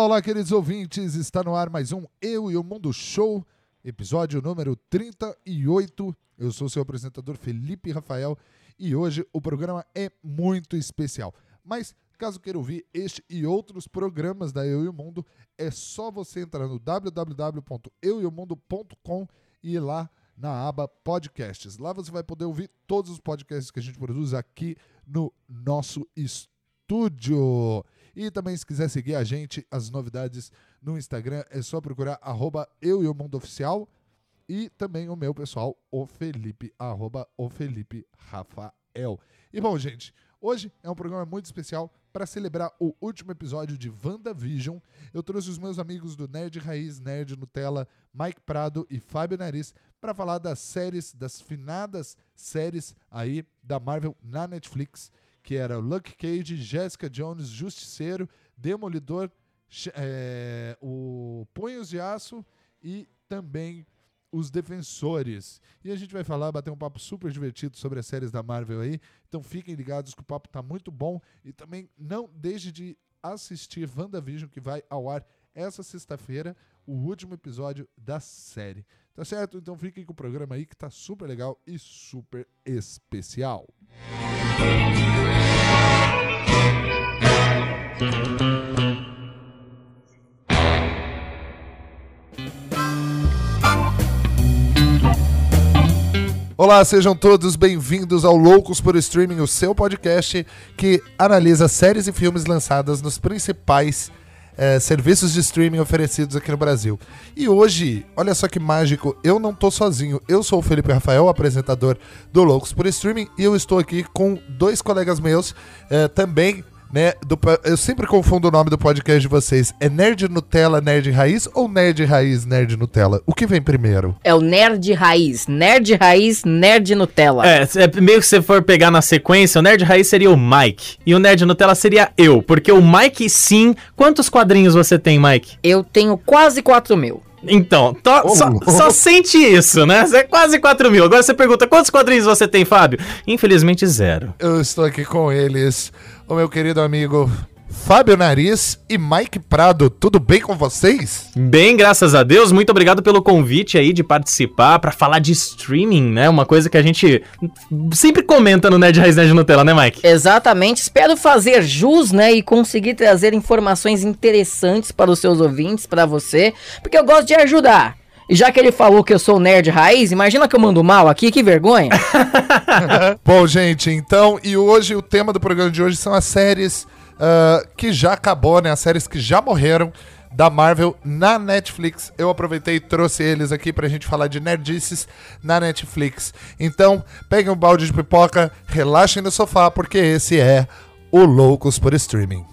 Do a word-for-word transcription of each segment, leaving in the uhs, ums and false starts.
Olá, olá, queridos ouvintes, está no ar mais um Eu e o Mundo Show, episódio número trinta e oito. Eu sou o seu apresentador Felipe Rafael e hoje o programa é muito especial. Mas caso queira ouvir este e outros programas da Eu e o Mundo, é só você entrar no w w w ponto eu e o mundo ponto com e ir lá na aba podcasts. Lá você vai poder ouvir todos os podcasts que a gente produz aqui no nosso estúdio. E também, se quiser seguir a gente, as novidades no Instagram, é só procurar arroba eu e o mundo oficial. E também o meu pessoal, o Felipe, arroba o Felipe Rafael. E bom, gente, hoje é um programa muito especial para celebrar o último episódio de WandaVision. Eu trouxe os meus amigos do Nerd Raiz, Nerd Nutella, Mike Prado e Fábio Nariz para falar das séries, das finadas séries aí da Marvel na Netflix, que era o Luke Cage, Jessica Jones, Justiceiro, Demolidor, é, o Punhos de Aço e também os Defensores. E a gente vai falar, bater um papo super divertido sobre as séries da Marvel aí. Então fiquem ligados que o papo tá muito bom. E também não deixe de assistir WandaVision, que vai ao ar essa sexta-feira, o último episódio da série. Tá certo? Então fiquem com o programa aí que tá super legal e super especial. Olá, sejam todos bem-vindos ao Loucos por Streaming, o seu podcast que analisa séries e filmes lançadas nos principais é, serviços de streaming oferecidos aqui no Brasil. E hoje, olha só que mágico, eu não tô sozinho, eu sou o Felipe Rafael, apresentador do Loucos por Streaming, e eu estou aqui com dois colegas meus, é, também, né, do, eu sempre confundo o nome do podcast de vocês, é Nerd Nutella, Nerd Raiz ou Nerd Raiz, Nerd Nutella? O que vem primeiro? É o Nerd Raiz, Nerd Raiz, Nerd Nutella. É, é, meio que se for pegar na sequência, o Nerd Raiz seria o Mike e o Nerd Nutella seria eu, porque o Mike, sim, quantos quadrinhos você tem, Mike? Eu tenho quase quatro mil. Então, to, oh, só, oh. só sente isso, né? É quase quatro mil. Agora você pergunta, quantos quadrinhos você tem, Fábio? Infelizmente, zero. Eu estou aqui com eles, o meu querido amigo Fábio Nariz e Mike Prado. Tudo bem com vocês? Bem, graças a Deus. Muito obrigado pelo convite aí de participar para falar de streaming, né? Uma coisa que a gente sempre comenta no Nerd Raiz Nerd Nutella, né, Mike? Exatamente. Espero fazer jus, né, e conseguir trazer informações interessantes para os seus ouvintes, para você, porque eu gosto de ajudar. E já que ele falou que eu sou nerd raiz, imagina que eu mando mal aqui, que vergonha. Bom, gente, então, e hoje o tema do programa de hoje são as séries uh, que já acabou, né? As séries que já morreram da Marvel na Netflix. Eu aproveitei e trouxe eles aqui pra gente falar de nerdices na Netflix. Então, peguem um balde de pipoca, relaxem no sofá, porque esse é o Loucos por Streaming.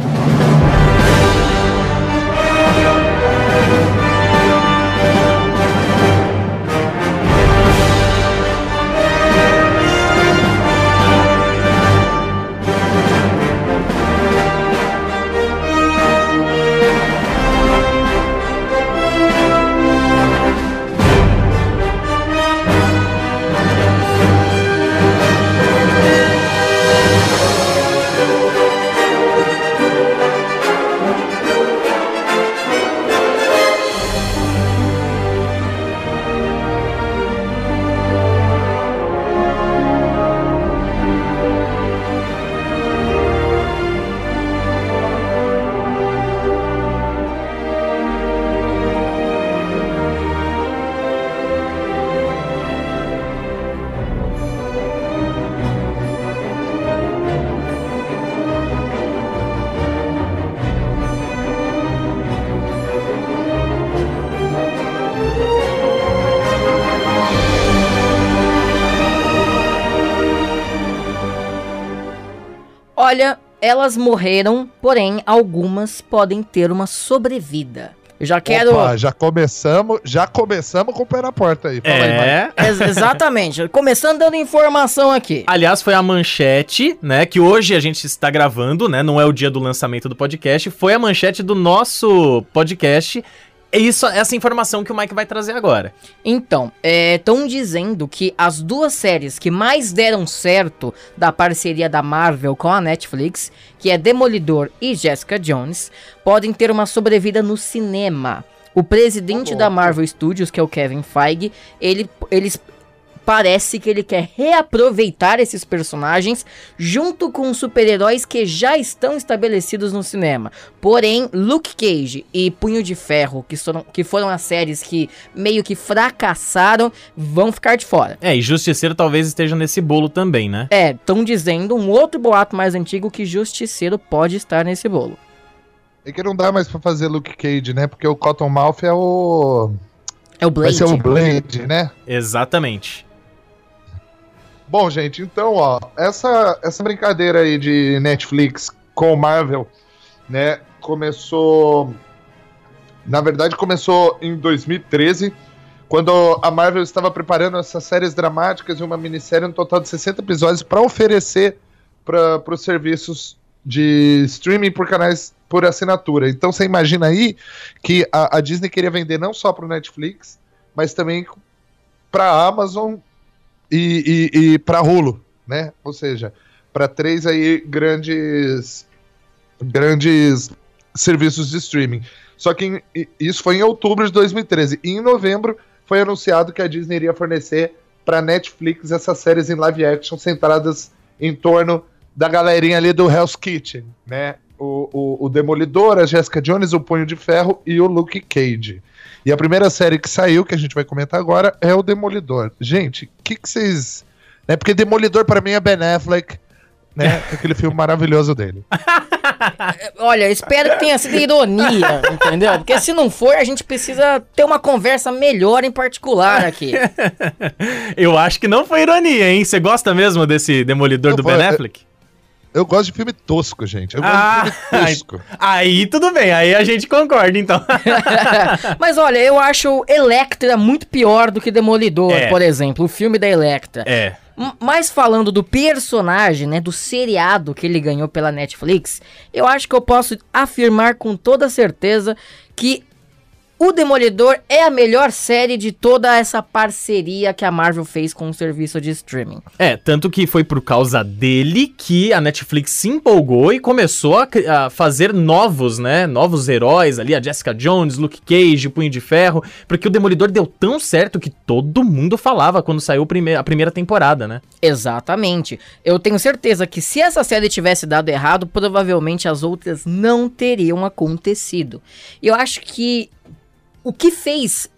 Olha, elas morreram, porém algumas podem ter uma sobrevida. Eu já quero... Opa, já começamos, já começamos com o pé na porta aí. Fala é, aí, Ex- exatamente. Começando dando informação aqui. Aliás, foi a manchete, né, que hoje a gente está gravando, né, não é o dia do lançamento do podcast, foi a manchete do nosso podcast É isso, essa informação que o Mike vai trazer agora. Então, estão dizendo que as duas séries que mais deram certo da parceria da Marvel com a Netflix, que é Demolidor e Jessica Jones, podem ter uma sobrevida no cinema. O presidente da Marvel Studios, que é o Kevin Feige, ele, eles... parece que ele quer reaproveitar esses personagens junto com os super-heróis que já estão estabelecidos no cinema. Porém, Luke Cage e Punho de Ferro, que foram, que foram as séries que meio que fracassaram, vão ficar de fora. É, e Justiceiro talvez esteja nesse bolo também, né? É, estão dizendo um outro boato mais antigo que Justiceiro pode estar nesse bolo. É que não dá mais pra fazer Luke Cage, né? Porque o Cottonmouth é o... É o Blade. Vai ser o Blade, né? Exatamente. Bom, gente, então, ó, essa, essa brincadeira aí de Netflix com Marvel, né, começou... Na verdade, começou em dois mil e treze, quando a Marvel estava preparando essas séries dramáticas e uma minissérie, um total de sessenta episódios, para oferecer para os serviços de streaming por canais por assinatura. Então, você imagina aí que a, a Disney queria vender não só para o Netflix, mas também para a Amazon e, e, e para Hulu, né? Ou seja, para três aí grandes grandes serviços de streaming. Só que em, isso foi em outubro de dois mil e treze. E em novembro foi anunciado que a Disney iria fornecer para Netflix essas séries em live action centradas em torno da galerinha ali do Hell's Kitchen, né? O, o, o Demolidor, a Jessica Jones, o Punho de Ferro e o Luke Cage. E a primeira série que saiu, que a gente vai comentar agora, é o Demolidor. Gente, o que, que vocês... Né? Porque Demolidor pra mim é Ben Affleck, né? Aquele filme maravilhoso dele. Olha, espero que tenha sido ironia, entendeu? Porque se não for, a gente precisa ter uma conversa melhor em particular aqui. Eu acho que não foi ironia, hein? Você gosta mesmo desse Demolidor Eu do vou- Ben Affleck? Eu gosto de filme tosco, gente. Eu gosto Ah, de filme tosco. aí tudo bem, aí a gente concorda, então. Mas olha, eu acho Electra muito pior do que Demolidor, É. por exemplo, o filme da Electra. É. M- Mas falando do personagem, né, do seriado que ele ganhou pela Netflix, eu acho que eu posso afirmar com toda certeza que o Demolidor é a melhor série de toda essa parceria que a Marvel fez com o serviço de streaming. É, tanto que foi por causa dele que a Netflix se empolgou e começou a, cri- a fazer novos, né, novos heróis ali, a Jessica Jones, Luke Cage, o Punho de Ferro, porque o Demolidor deu tão certo que todo mundo falava quando saiu o prime- a primeira temporada, né? Exatamente. Eu tenho certeza que se essa série tivesse dado errado, provavelmente as outras não teriam acontecido. E eu acho que o que fez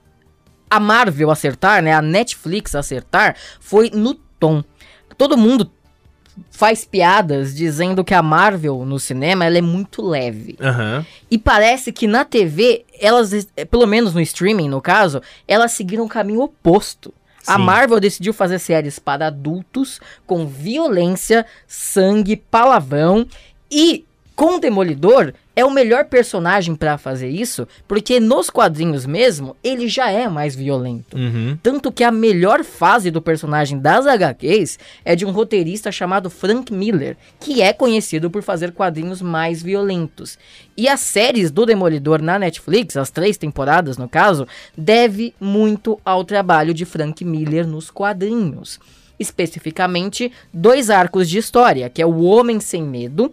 a Marvel acertar, né, a Netflix acertar, foi no tom. Todo mundo faz piadas dizendo que a Marvel no cinema ela é muito leve. Aham. E parece que na T V, elas, eh, pelo menos no streaming, no caso, elas seguiram o caminho oposto. A Sim. Marvel decidiu fazer séries para adultos, com violência, sangue, palavrão. E com o Demolidor, é o melhor personagem pra fazer isso, porque nos quadrinhos mesmo, ele já é mais violento. Uhum. Tanto que a melhor fase do personagem das H Qs é de um roteirista chamado Frank Miller, que é conhecido por fazer quadrinhos mais violentos. E as séries do Demolidor na Netflix, as três temporadas no caso, deve muito ao trabalho de Frank Miller nos quadrinhos. Especificamente, dois arcos de história, que é o Homem Sem Medo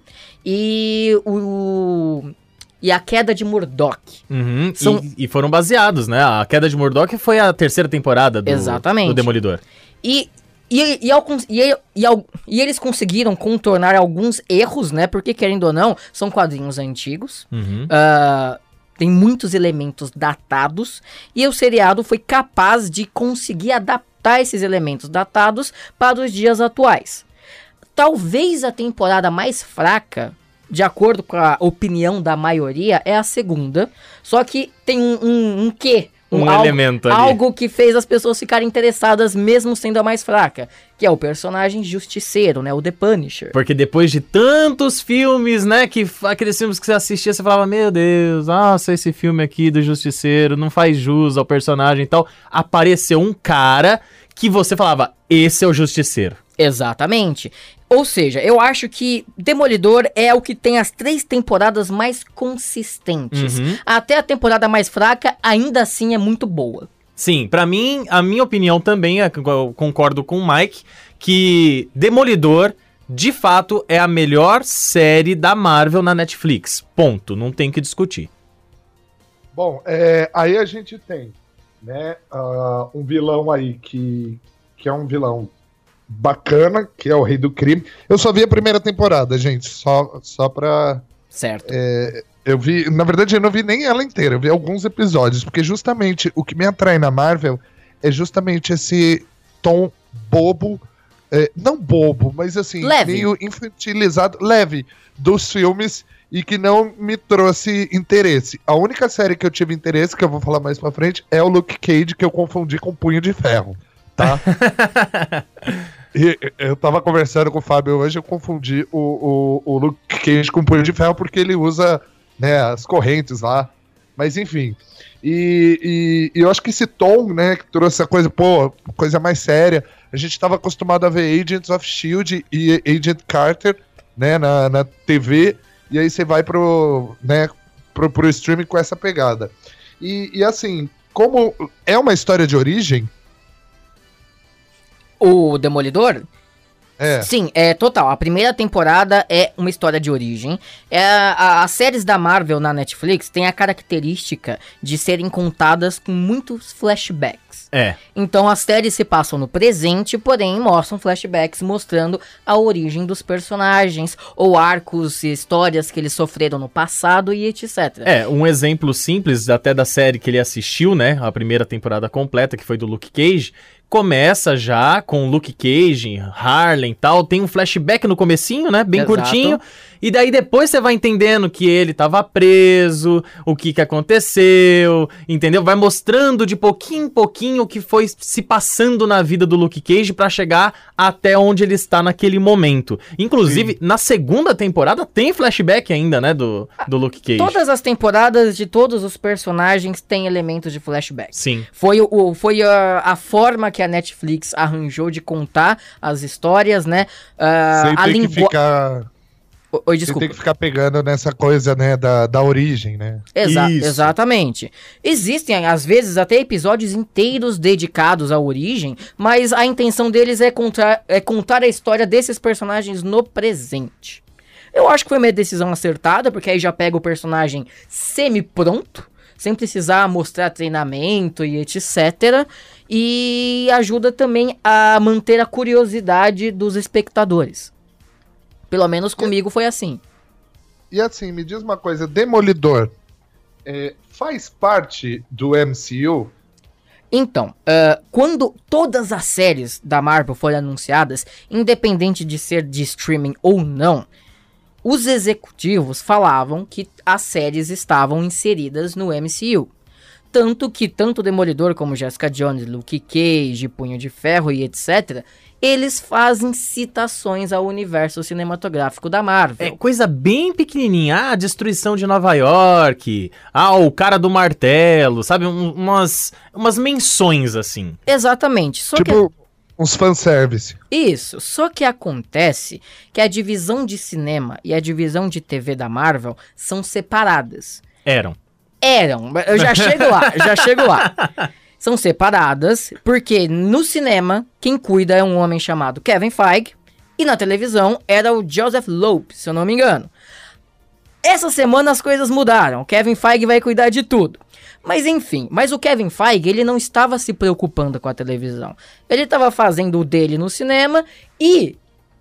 e o... e a Queda de Murdoch. Uhum. São- E, e foram baseados, né? A Queda de Murdoch foi a terceira temporada do, Exatamente. do Demolidor. E, e, e, ao cons- e, e, ao- e eles conseguiram contornar alguns erros, né? Porque, querendo ou não, são quadrinhos antigos. Uhum. ah, tem muitos elementos datados. E o seriado foi capaz de conseguir adaptar esses elementos datados para os dias atuais. Talvez a temporada mais fraca, de acordo com a opinião da maioria, é a segunda. Só que tem um, um, um quê? Um algo, elemento ali. Algo que fez as pessoas ficarem interessadas, mesmo sendo a mais fraca. Que é o personagem justiceiro, né? O The Punisher. Porque depois de tantos filmes, né, que f- aqueles filmes que você assistia, você falava, meu Deus, nossa, esse filme aqui do Justiceiro não faz jus ao personagem e tal. Apareceu um cara que você falava, esse é o Justiceiro. Exatamente. Ou seja, eu acho que Demolidor é o que tem as três temporadas mais consistentes. Uhum. Até a temporada mais fraca, ainda assim, é muito boa. Sim, pra mim, a minha opinião também, é, eu concordo com o Mike, que Demolidor, de fato, é a melhor série da Marvel na Netflix. Ponto, não tem que discutir. Bom, é, aí a gente tem, né, uh, um vilão aí que, que é um vilão bacana, que é o Rei do Crime. Eu só vi a primeira temporada, gente, só, só pra... Certo. É, eu vi, na verdade eu não vi nem ela inteira, eu vi alguns episódios, porque justamente o que me atrai na Marvel é justamente esse tom bobo, é, não bobo, mas assim, leve. meio infantilizado, leve, dos filmes e que não me trouxe interesse. A única série que eu tive interesse, que eu vou falar mais pra frente, é o Luke Cage, que eu confundi com Punho de Ferro, tá? E eu tava conversando com o Fábio hoje, eu confundi o, o, o Luke Cage com o Punho de Ferro porque ele usa, né, as correntes lá. Mas enfim. E, e, e eu acho que esse tom, né, que trouxe a coisa, pô, coisa mais séria. A gente tava acostumado a ver Agents of Shield e Agent Carter, né, na, na T V. E aí você vai pro, né, pro, pro streaming com essa pegada. E, e assim, como é uma história de origem... O Demolidor? É. Sim, é total. A primeira temporada é uma história de origem. É, a, as séries da Marvel na Netflix têm a característica de serem contadas com muitos flashbacks. É. Então as séries se passam no presente, porém mostram flashbacks mostrando a origem dos personagens, ou arcos e histórias que eles sofreram no passado e etcétera. É, um exemplo simples até da série que ele assistiu, né, a primeira temporada completa, que foi do Luke Cage, começa já com o Luke Cage, Harlem e tal, tem um flashback no comecinho, né, bem Exato. curtinho, e daí depois você vai entendendo que ele tava preso, o que que aconteceu, entendeu? Vai mostrando de pouquinho em pouquinho o que foi se passando na vida do Luke Cage pra chegar até onde ele está naquele momento. Inclusive, sim, na segunda temporada tem flashback ainda, né, do, do Luke Cage. Todas as temporadas de todos os personagens têm elementos de flashback. Sim. Foi, o, foi a, a forma que a Netflix arranjou de contar as histórias, né? Uh, Sem a ter lingu... que ficar... Oi, Você desculpa. tem que ficar pegando nessa coisa, né, da, da origem, né? Exa Isso. Exatamente. Existem, às vezes, até episódios inteiros dedicados à origem, mas a intenção deles é contar, é contar a história desses personagens no presente. Eu acho que foi uma decisão acertada, porque aí já pega o personagem semi-pronto, sem precisar mostrar treinamento e etcétera. E ajuda também a manter a curiosidade dos espectadores. Pelo menos comigo foi assim. E assim, me diz uma coisa, Demolidor é, faz parte do M C U? Então, uh, quando todas as séries da Marvel foram anunciadas, independente de ser de streaming ou não, os executivos falavam que as séries estavam inseridas no M C U. Tanto que tanto Demolidor como Jessica Jones, Luke Cage, Punho de Ferro e etcétera, eles fazem citações ao universo cinematográfico da Marvel. É coisa bem pequenininha. Ah, a destruição de Nova York. Ah, o cara do martelo. Sabe? Um, umas, umas menções, assim. Exatamente. Só tipo, que... uns fanservice. Isso. Só que acontece que a divisão de cinema e a divisão de T V da Marvel são separadas. Eram. Eram. Eu já chego lá, já chego lá. São separadas, porque no cinema, quem cuida é um homem chamado Kevin Feige, e na televisão era o Joseph Loeb, se eu não me engano. Essa semana as coisas mudaram, o Kevin Feige vai cuidar de tudo. Mas enfim, mas o Kevin Feige, ele não estava se preocupando com a televisão. Ele estava fazendo o dele no cinema, e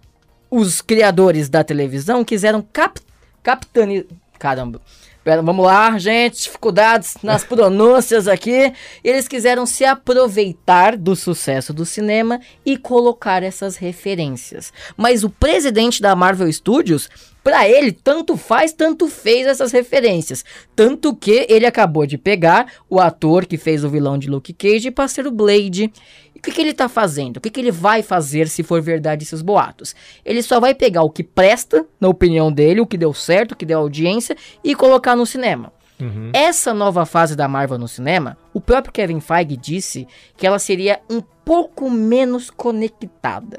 os criadores da televisão quiseram cap capitani... Caramba... Pera, vamos lá, gente, dificuldades nas pronúncias aqui. Eles quiseram se aproveitar do sucesso do cinema e colocar essas referências. Mas o presidente da Marvel Studios, pra ele, tanto faz, tanto fez essas referências. Tanto que ele acabou de pegar o ator que fez o vilão de Luke Cage pra ser o Blade. E o que, que ele tá fazendo? O que, que ele vai fazer se for verdade esses boatos? Ele só vai pegar o que presta, na opinião dele, o que deu certo, o que deu audiência, e colocar no cinema. Uhum. Essa nova fase da Marvel no cinema, o próprio Kevin Feige disse que ela seria um pouco menos conectada.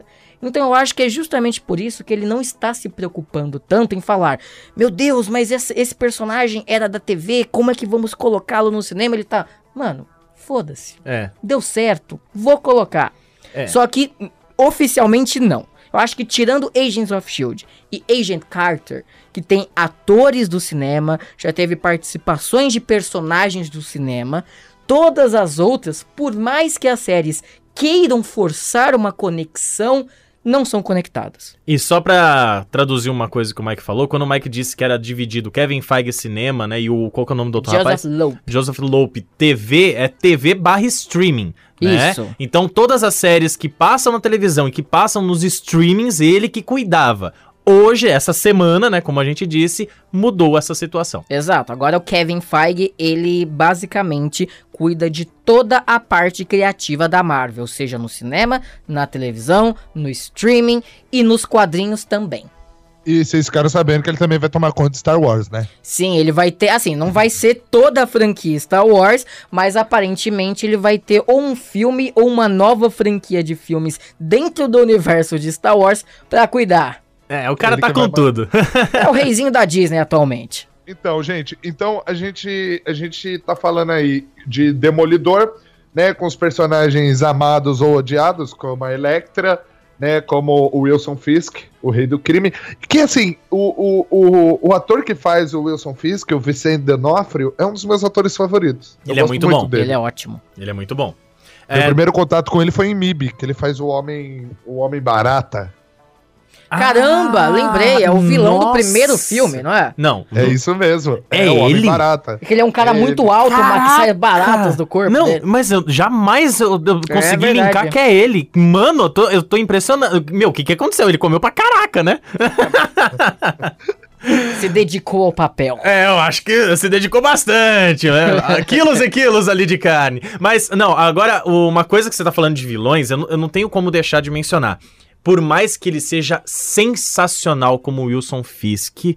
Então eu acho que é justamente por isso que ele não está se preocupando tanto em falar, meu Deus, mas esse, esse personagem era da T V, como é que vamos colocá-lo no cinema? Ele tá, mano, foda-se. É. Deu certo, vou colocar. É. Só que oficialmente não. Eu acho que tirando Agents of Shield e Agent Carter, que tem atores do cinema, já teve participações de personagens do cinema, todas as outras, por mais que as séries queiram forçar uma conexão, não são conectadas. E só pra traduzir uma coisa que o Mike falou, quando o Mike disse que era dividido Kevin Feige cinema, né, e o, qual que é o nome do outro Joseph rapaz? Lope. Joseph Lope. T V é T V barra streaming, né? Isso. Então todas as séries que passam na televisão e que passam nos streamings, ele que cuidava. Hoje, essa semana, né, como a gente disse, mudou essa situação. Exato. Agora o Kevin Feige, ele basicamente cuida de toda a parte criativa da Marvel, seja no cinema, na televisão, no streaming e nos quadrinhos também. E vocês ficaram sabendo que ele também vai tomar conta de Star Wars, né? Sim, ele vai ter, assim, não vai ser toda a franquia Star Wars, mas aparentemente ele vai ter ou um filme ou uma nova franquia de filmes dentro do universo de Star Wars pra cuidar. É, o cara Ele tá que com vai- tudo. É o reizinho da Disney atualmente. Então, gente, então a gente, a gente tá falando aí de Demolidor, né, com os personagens amados ou odiados, como a Elektra, né, como o Wilson Fisk, o rei do crime, que assim, o, o, o, o ator que faz o Wilson Fisk, o Vicente D'Onofrio, é um dos meus atores favoritos. Eu Ele é gosto muito bom. dele. Ele é ótimo. Ele é muito bom. Meu É, primeiro contato com ele foi em M I B, que ele faz o Homem, o homem Barata. Caramba, Ah, lembrei, é o vilão do nossa. primeiro filme, não é? Não. É isso mesmo. É o Homem ele? Barata. É que ele é um cara Ele- muito alto, mas que sai Caraca! baratas do corpo Não, dele. mas eu jamais eu, eu consegui verdade. linkar que é ele. Mano, eu tô, eu tô impressionado. Meu, o que que aconteceu? Ele comeu pra caraca, né? Se dedicou ao papel. É, eu acho que se dedicou bastante, né? Quilos e quilos ali de carne. Mas, não, agora, uma coisa que você tá falando de vilões, eu não, eu não tenho como deixar de mencionar. Por mais que ele seja sensacional como Wilson Fisk,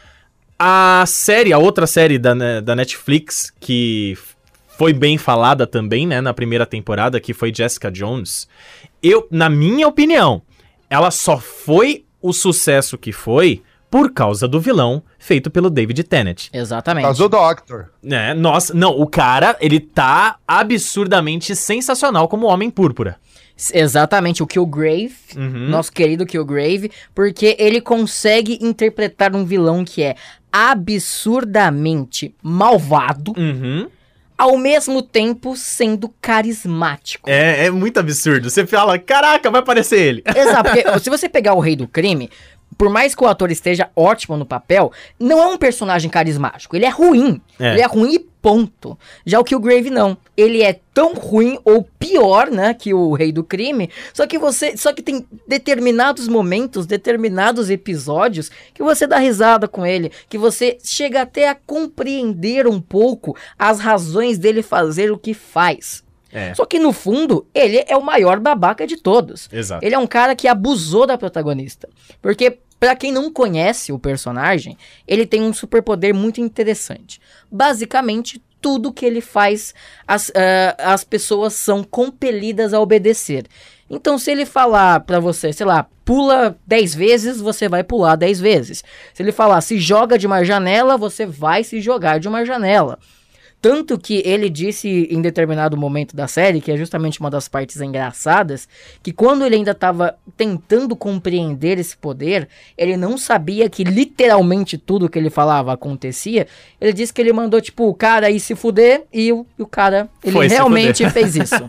a série, a outra série da, ne- da Netflix, que f- foi bem falada também, né, na primeira temporada, que foi Jessica Jones, eu, na minha opinião, ela só foi o sucesso que foi por causa do vilão feito pelo David Tennant. Exatamente. Faz o Doctor. Né? Nossa, não, o cara, ele tá absurdamente sensacional como Homem Púrpura. Exatamente, o Killgrave, Uhum. nosso querido Killgrave, porque ele consegue interpretar um vilão que é absurdamente malvado, Uhum. ao mesmo tempo sendo carismático. É, é muito absurdo. Você fala, caraca, vai aparecer ele. Exato, porque se você pegar o Rei do Crime, por mais que o ator esteja ótimo no papel, não é um personagem carismático, ele é ruim. É. Ele é ruim e ponto. Já o Killgrave não. Ele é tão ruim ou pior, né, que o Rei do Crime, só que você, só que tem determinados momentos, determinados episódios que você dá risada com ele, que você chega até a compreender um pouco as razões dele fazer o que faz. É, Só que no fundo, ele é o maior babaca de todos. exato. Ele é um cara que abusou da protagonista. Porque, pra quem não conhece o personagem, ele tem um superpoder muito interessante. Basicamente, tudo que ele faz, as, ah, as pessoas são compelidas a obedecer. Então, se ele falar pra você, sei lá, pula dez vezes, você vai pular dez vezes. Se ele falar, se joga de uma janela, você vai se jogar de uma janela. Tanto que ele disse em determinado momento da série, que é justamente uma das partes engraçadas, que quando ele ainda estava tentando compreender esse poder, ele não sabia que literalmente tudo que ele falava acontecia. Ele disse que ele mandou, tipo, o cara ir se fuder, e o, e o cara, ele Foi se realmente fuder. fez isso.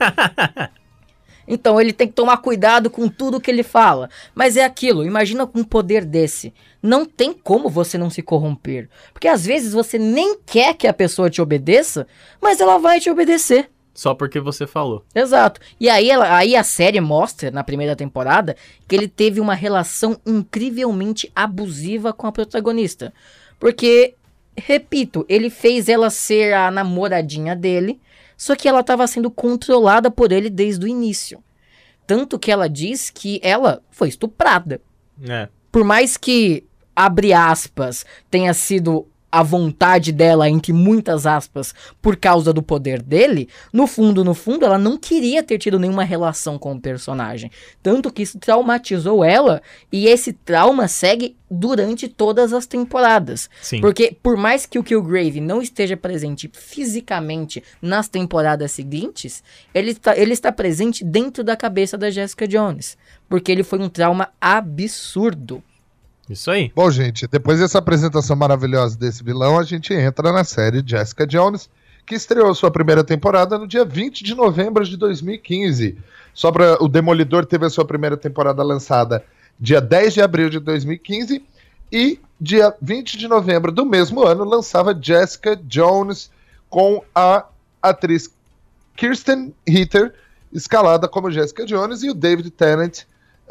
Então ele tem que tomar cuidado com tudo que ele fala. Mas é aquilo, imagina com um poder desse. Não tem como você não se corromper. Porque às vezes você nem quer que a pessoa te obedeça, mas ela vai te obedecer. Só porque você falou. Exato. E aí, ela, aí a série mostra, na primeira temporada, que ele teve uma relação incrivelmente abusiva com a protagonista. Porque, repito, ele fez ela ser a namoradinha dele, só que ela estava sendo controlada por ele desde o início. Tanto que ela diz que ela foi estuprada. É. Por mais que, abre aspas, tenha sido a vontade dela, entre muitas aspas, por causa do poder dele, no fundo, no fundo, ela não queria ter tido nenhuma relação com o personagem. Tanto que isso traumatizou ela, e esse trauma segue durante todas as temporadas. Sim. Porque por mais que o Killgrave não esteja presente fisicamente nas temporadas seguintes, ele está, ele está presente dentro da cabeça da Jessica Jones. Porque ele foi um trauma absurdo. Isso aí. Bom, gente, depois dessa apresentação maravilhosa desse vilão, a gente entra na série Jessica Jones, que estreou sua primeira temporada no dia vinte de novembro de dois mil e quinze. Só para o Demolidor teve a sua primeira temporada lançada dia dez de abril de dois mil e quinze e dia vinte de novembro do mesmo ano lançava Jessica Jones com a atriz Kirsten Ritter, escalada como Jessica Jones, e o David Tennant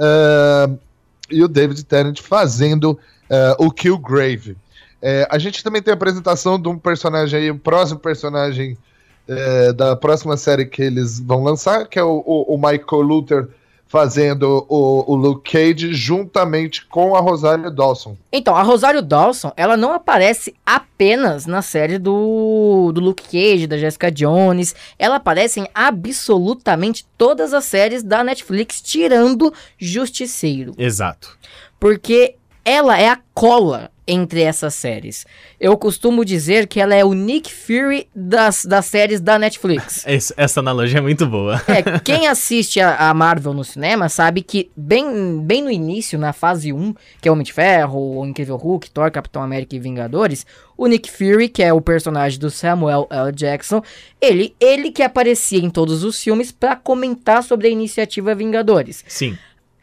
uh, e o David Tennant fazendo uh, o Killgrave. É, a gente também tem a apresentação de um personagem aí, o próximo personagem é, da próxima série que eles vão lançar, que é o, o, o Michael Luther fazendo o, o Luke Cage juntamente com a Rosario Dawson. Então, a Rosario Dawson, ela não aparece apenas na série do, do Luke Cage, da Jessica Jones. Ela aparece em absolutamente todas as séries da Netflix, tirando Justiceiro. Exato. Porque ela é a cola entre essas séries. Eu costumo dizer que ela é o Nick Fury das, das séries da Netflix. Esse, essa analogia é muito boa. É, quem assiste a, a Marvel no cinema sabe que bem, bem no início, na fase um, que é Homem de Ferro, o Incrível Hulk, Thor, Capitão América e Vingadores, o Nick Fury, que é o personagem do Samuel L. Jackson, ele, ele que aparecia em todos os filmes pra comentar sobre a iniciativa Vingadores. Sim.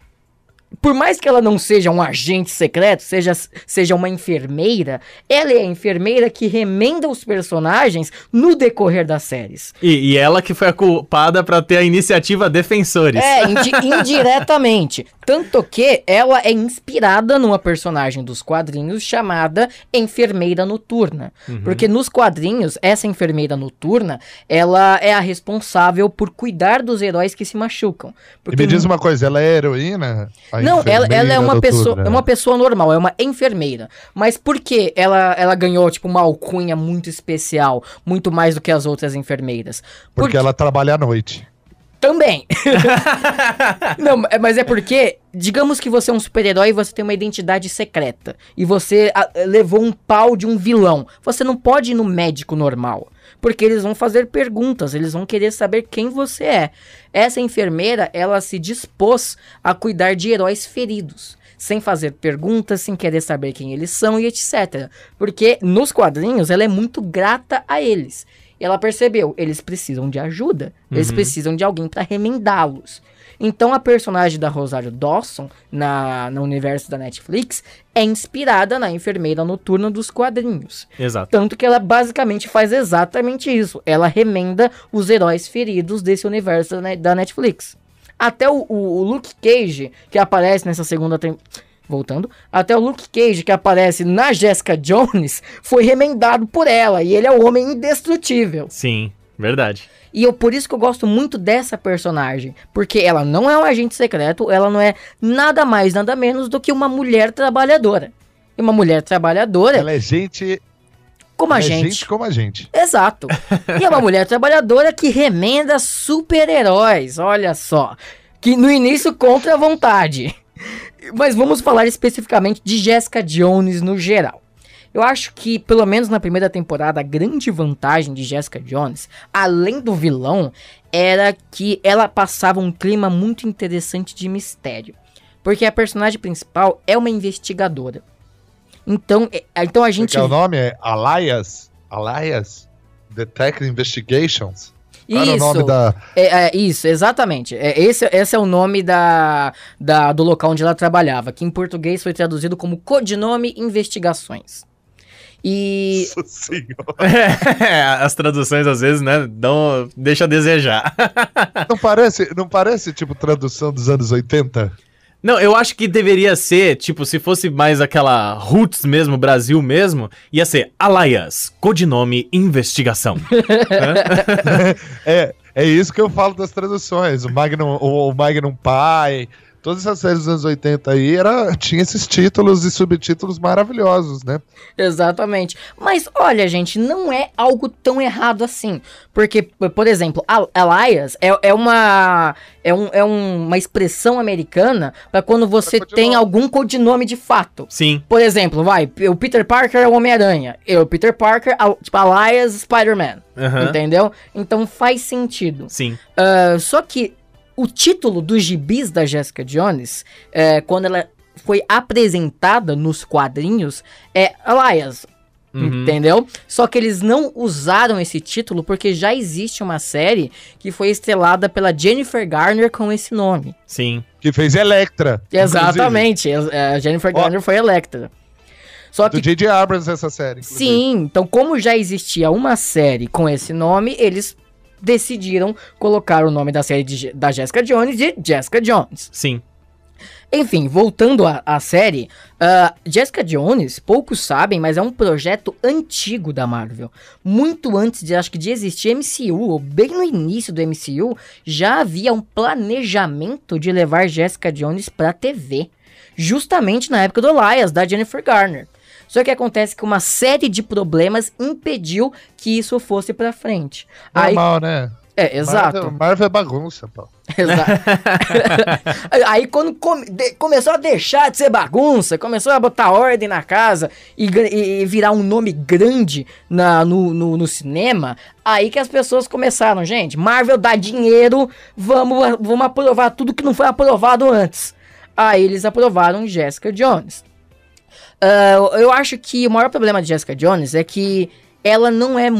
Por mais que ela não seja um agente secreto, seja, seja uma enfermeira, ela é a enfermeira que remenda os personagens no decorrer das séries. E, e ela que foi a culpada pra ter a iniciativa Defensores. É, indi indiretamente. Tanto que ela é inspirada numa personagem dos quadrinhos chamada Enfermeira Noturna. Uhum. Porque nos quadrinhos, essa enfermeira noturna, ela é a responsável por cuidar dos heróis que se machucam. Porque e me diz uma coisa, ela é heroína? A Não, ela, ela é uma noturna. pessoa, é uma pessoa normal, é uma enfermeira. Mas por que ela, ela ganhou, tipo, uma alcunha muito especial, muito mais do que as outras enfermeiras? Porque, porque ela trabalha à noite. Também. Não, mas é porque, digamos que você é um super-herói e você tem uma identidade secreta. E você a, levou um pau de um vilão. Você não pode ir no médico normal. Porque eles vão fazer perguntas, eles vão querer saber quem você é. Essa enfermeira, ela se dispôs a cuidar de heróis feridos. Sem fazer perguntas, sem querer saber quem eles são e etcétera. Porque nos quadrinhos ela é muito grata a eles. E ela percebeu, eles precisam de ajuda. Uhum. Eles precisam de alguém para remendá-los. Então a personagem da Rosario Dawson, na, no universo da Netflix, é inspirada na enfermeira noturna dos quadrinhos. Exato. Tanto que ela basicamente faz exatamente isso. Ela remenda os heróis feridos desse universo da Netflix. Até o, o, o Luke Cage, que aparece nessa segunda temporada... Voltando, até o Luke Cage, que aparece na Jessica Jones, foi remendado por ela, e ele é o homem indestrutível. Sim, verdade. E eu, por isso que eu gosto muito dessa personagem, porque ela não é um agente secreto, ela não é nada mais, nada menos do que uma mulher trabalhadora. E uma mulher trabalhadora... Ela é gente... Como a ela gente. É gente como a gente. Exato. E é uma mulher trabalhadora que remenda super-heróis, olha só. Que no início contra a vontade. Mas vamos falar especificamente de Jessica Jones no geral. Eu acho que, pelo menos na primeira temporada, a grande vantagem de Jessica Jones, além do vilão, era que ela passava um clima muito interessante de mistério. Porque a personagem principal é uma investigadora. Então, é, então a gente... Porque o nome é Alias? Alias? Detective Investigations? Isso, era o nome da... é, é, isso, exatamente. É, esse, esse é o nome da, da, do local onde ela trabalhava, que em português foi traduzido como Codinome Investigações. E... Nossa senhora. É, as traduções às vezes, né, dão, deixa a desejar. Não parece, não parece tipo tradução dos anos oitenta? Não, eu acho que deveria ser, tipo, se fosse mais aquela Roots mesmo, Brasil mesmo, ia ser Alias, Codinome Investigação. é, é isso que eu falo das traduções. O Magnum, o, o Magnum Pai, Todas as séries dos anos oitenta aí era, tinha esses títulos e subtítulos maravilhosos, né? Exatamente. Mas olha, gente, não é algo tão errado assim. Porque, por exemplo, Alias é, é, uma, é, um, é uma expressão americana para quando você tem algum codinome de fato. Sim. Por exemplo, vai, o Peter Parker é o Homem-Aranha. Eu, Peter Parker, tipo, Alias Spider-Man. Uhum. Entendeu? Então faz sentido. Sim. Uh, só que o título dos gibis da Jessica Jones, é, quando ela foi apresentada nos quadrinhos, é Alias, uhum. entendeu? Só que eles não usaram esse título porque já existe uma série que foi estrelada pela Jennifer Garner com esse nome. Sim. Que fez Electra. Exatamente, inclusive. A Jennifer oh. Garner foi Electra. Só do J J Abrams essa série. Inclusive. Sim, então como já existia uma série com esse nome, eles decidiram colocar o nome da série de, da Jessica Jones de Jessica Jones. Sim. Enfim, voltando à série, uh, Jessica Jones, poucos sabem, mas é um projeto antigo da Marvel. Muito antes, de, acho que de existir M C U, ou bem no início do M C U, já havia um planejamento de levar Jessica Jones pra T V. Justamente na época do Elias, da Jennifer Garner. Só que acontece que uma série de problemas impediu que isso fosse pra frente. Normal, Aí, né? É, exato. Marvel, Marvel é bagunça, pô. Exato. Aí quando come, de, começou a deixar de ser bagunça, começou a botar ordem na casa e, e virar um nome grande na, no, no, no cinema, aí que as pessoas começaram, gente, Marvel dá dinheiro, vamos, vamos aprovar tudo que não foi aprovado antes. Aí eles aprovaram Jessica Jones. Uh, eu acho que o maior problema de Jessica Jones é que ela não é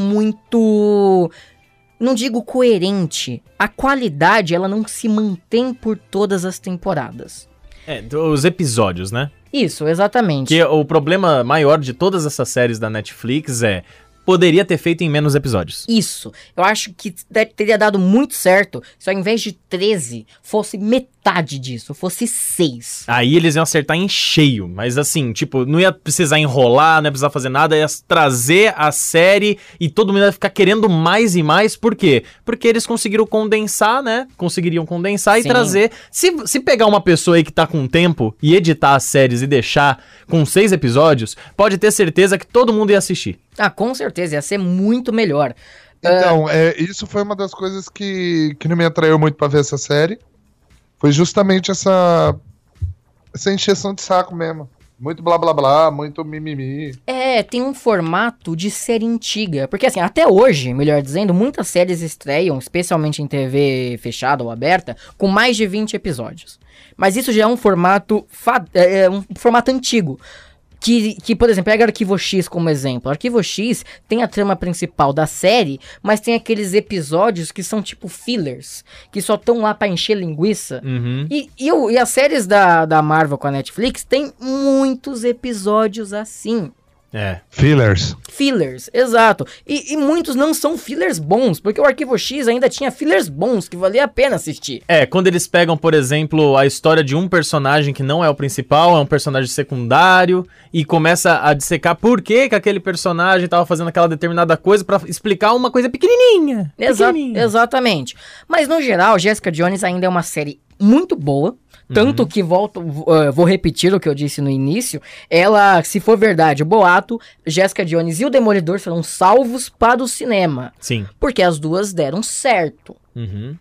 muito, não digo coerente, a qualidade ela não se mantém por todas as temporadas. É, os episódios, né? Isso, exatamente. Que o problema maior de todas essas séries da Netflix é... poderia ter feito em menos episódios. Isso. Eu acho que teria dado muito certo se ao invés de treze, fosse metade disso, fosse seis. Aí eles iam acertar em cheio, mas assim, tipo, não ia precisar enrolar, não ia precisar fazer nada, ia trazer a série e todo mundo ia ficar querendo mais e mais, por quê? Porque eles conseguiram condensar, né? Conseguiriam condensar Sim. e trazer... Se, se pegar uma pessoa aí que tá com tempo e editar as séries e deixar com seis episódios, pode ter certeza que todo mundo ia assistir. Ah, com certeza, ia ser muito melhor. Então, uh... é, isso foi uma das coisas que, que não me atraiu muito pra ver essa série. Foi justamente essa, essa encheção de saco mesmo. Muito blá blá blá, muito mimimi. É, tem um formato de série antiga. Porque assim, até hoje, melhor dizendo, muitas séries estreiam, especialmente em T V fechada ou aberta, com mais de vinte episódios. Mas isso já é um formato, fa- é, um formato antigo. Que, que, por exemplo, pega Arquivo X como exemplo. Arquivo X tem a trama principal da série, mas tem aqueles episódios que são tipo fillers, que só estão lá pra encher linguiça. Uhum. E, e, o, e as séries da, da Marvel com a Netflix tem muitos episódios assim. É. Fillers. Fillers, exato. E, e muitos não são fillers bons, porque o Arquivo X ainda tinha fillers bons, que valia a pena assistir. É, quando eles pegam, por exemplo, a história de um personagem que não é o principal, é um personagem secundário, e começa a dissecar por que que aquele personagem tava fazendo aquela determinada coisa pra explicar uma coisa pequenininha. Exa- pequenininha. Exatamente. Mas, no geral, Jessica Jones ainda é uma série muito boa. Tanto uhum. que, volto, uh, vou repetir o que eu disse no início, ela, se for verdade, o boato, Jessica Jones e o Demolidor serão salvos para o cinema. Sim. Porque as duas deram certo. Uhum.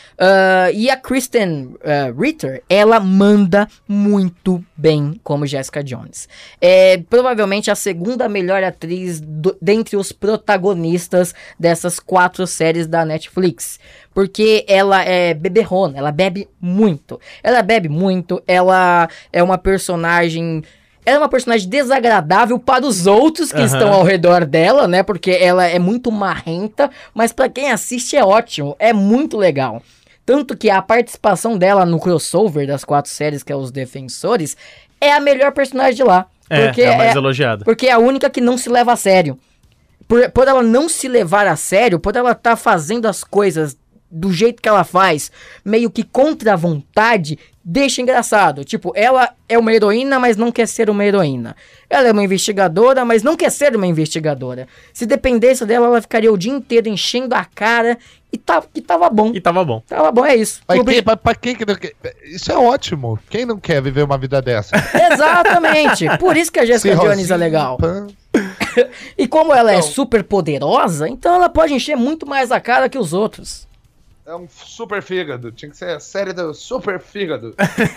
Uh, e a Kristen uh, Ritter, ela manda muito bem como Jessica Jones. É provavelmente a segunda melhor atriz do, dentre os protagonistas dessas quatro séries da Netflix. Porque ela é beberrona, ela bebe muito. Ela bebe muito, ela é uma personagem... Ela é uma personagem desagradável para os outros que uhum. estão ao redor dela, né? Porque ela é muito marrenta, mas para quem assiste é ótimo, é muito legal. Tanto que a participação dela no crossover das quatro séries, que é Os Defensores, é a melhor personagem de lá. É, porque é a mais é, elogiada. Porque é a única que não se leva a sério. Por, por ela não se levar a sério, por ela estar tá fazendo as coisas do jeito que ela faz, meio que contra a vontade, deixa engraçado. Tipo, ela é uma heroína, mas não quer ser uma heroína. Ela é uma investigadora, mas não quer ser uma investigadora. Se dependesse dela, ela ficaria o dia inteiro enchendo a cara e, tá, e tava bom. E tava bom. Tava bom, é isso. Mas Obri- quem, pra, pra quem que não quer? Isso é ótimo. Quem não quer viver uma vida dessa? Exatamente. Por isso que a Jessica Jones é legal. Pan. E como ela é Então- super poderosa, então ela pode encher muito mais a cara que os outros. É um super fígado. Tinha que ser a série do super fígado.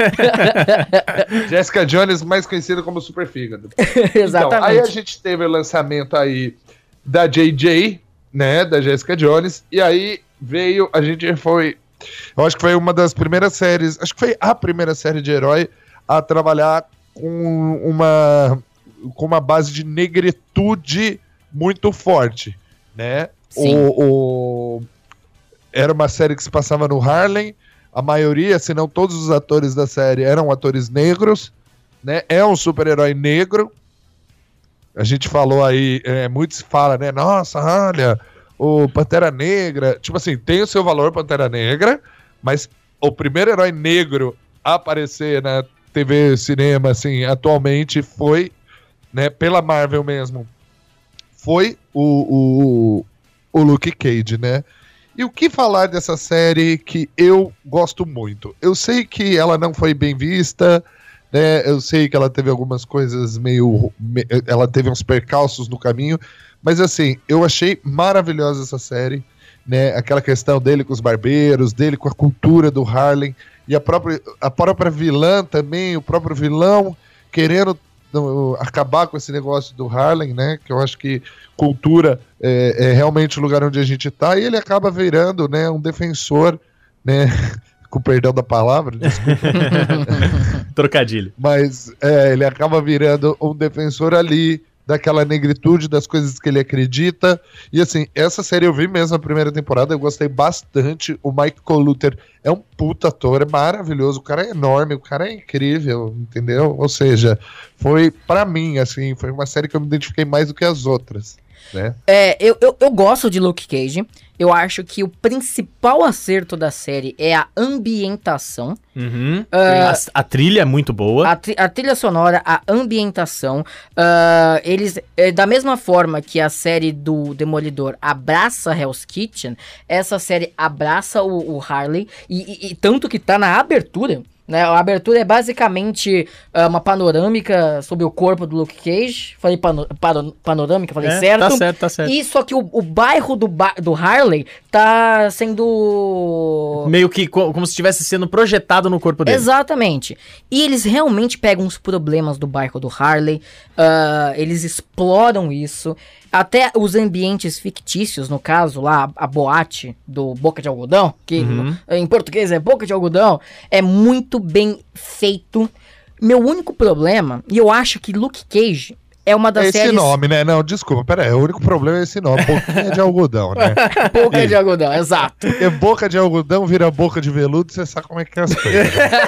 Jessica Jones, mais conhecida como super fígado. Então, aí a gente teve o lançamento aí da J J, né, da Jessica Jones, e aí veio, a gente foi, eu acho que foi uma das primeiras séries, acho que foi a primeira série de herói a trabalhar com uma, com uma base de negritude muito forte, né? Sim. O, o- era uma série que se passava no Harlem, a maioria, se não todos os atores da série eram atores negros, né? É um super-herói negro. A gente falou aí, é, muitos falam, né? Nossa, olha, o Pantera Negra. Tipo assim, tem o seu valor, Pantera Negra, mas o primeiro herói negro a aparecer na T V, cinema, assim, atualmente foi, né, pela Marvel mesmo, foi o, o, o Luke Cage, né? E o que falar dessa série que eu gosto muito? Eu sei que ela não foi bem vista, né? Eu sei que ela teve algumas coisas meio... me- ela teve uns percalços no caminho, mas assim, eu achei maravilhosa essa série, né? Aquela questão dele com os barbeiros, dele com a cultura do Harlem, e a própria, a própria vilã também, o próprio vilão querendo no- acabar com esse negócio do Harlem, né? Que eu acho que cultura é, é realmente o lugar onde a gente tá, e ele acaba virando, né, um defensor, né? Com perdão da palavra, desculpa. Trocadilho. Mas é, ele acaba virando um defensor ali daquela negritude, das coisas que ele acredita. E assim, essa série eu vi mesmo na primeira temporada, eu gostei bastante. O Michael Luther é um puta ator, é maravilhoso, o cara é enorme, o cara é incrível, entendeu? Ou seja, foi, pra mim, assim, foi uma série que eu me identifiquei mais do que as outras, né? É, eu, eu, eu gosto de Luke Cage. Eu acho que o principal acerto da série é a ambientação. Uhum. Ah, a, a trilha é muito boa. A, tri- a trilha sonora, a ambientação, ah, eles, é, da mesma forma que a série do Demolidor abraça Hell's Kitchen, essa série abraça o, o Harley, e, e- e tanto que tá na abertura, né? A abertura é basicamente ah, uma panorâmica sobre o corpo do Luke Cage. Falei pano, pano- panorâmica, falei É, certo. Tá certo, tá certo. E só que o, o bairro do, ba- do Harley tá sendo... Meio que co- como se estivesse sendo projetado no corpo dele. Exatamente. E eles realmente pegam os problemas do bairro do Harley, ah, eles exploram isso. Até os ambientes fictícios, no caso lá, a, a boate do Boca de Algodão, que Uhum. em português é Boca de Algodão, é muito bem feito. Meu único problema, e eu acho que Luke Cage é uma das Esse séries... nome, né? Não, desculpa, pera aí, o único problema é esse nome, boquinha de algodão, né? Boca de Algodão, exato. Porque boca de algodão vira boca de veludo, você sabe como é que é as coisas.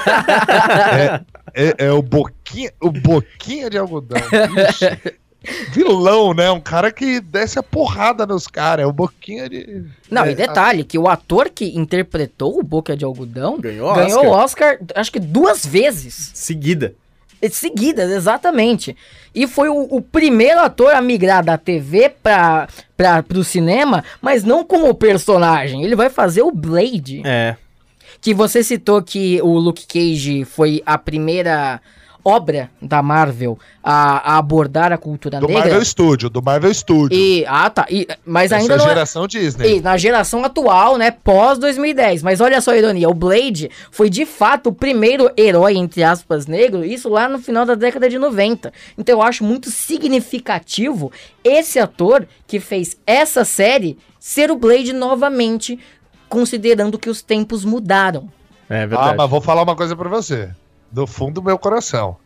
é, é, é o boquinha, o boquinha de algodão. Ixi. Vilão, né? Um cara que desce a porrada nos caras. É o boquinha de. Não, é, e detalhe, que o ator que interpretou o Boca de Algodão Ganhou ganhou o Oscar. Oscar, acho que duas vezes. Seguida. Seguidas, exatamente. E foi o, o primeiro ator a migrar da T V para o cinema, mas não como personagem. Ele vai fazer o Blade. É. Que você citou que o Luke Cage foi a primeira obra da Marvel a, a abordar a cultura Do negra. Marvel Studio, do Marvel Studio. E, ah, tá. E, mas Essa ainda não é... geração Disney. E na geração atual, né, pós dois mil e dez. Mas olha só a ironia, o Blade foi de fato o primeiro herói, entre aspas, negro, isso lá no final da década de noventa. Então eu acho muito significativo esse ator que fez essa série ser o Blade novamente, considerando que os tempos mudaram. É Ah, verdade. mas vou falar uma coisa pra você. Do fundo do meu coração.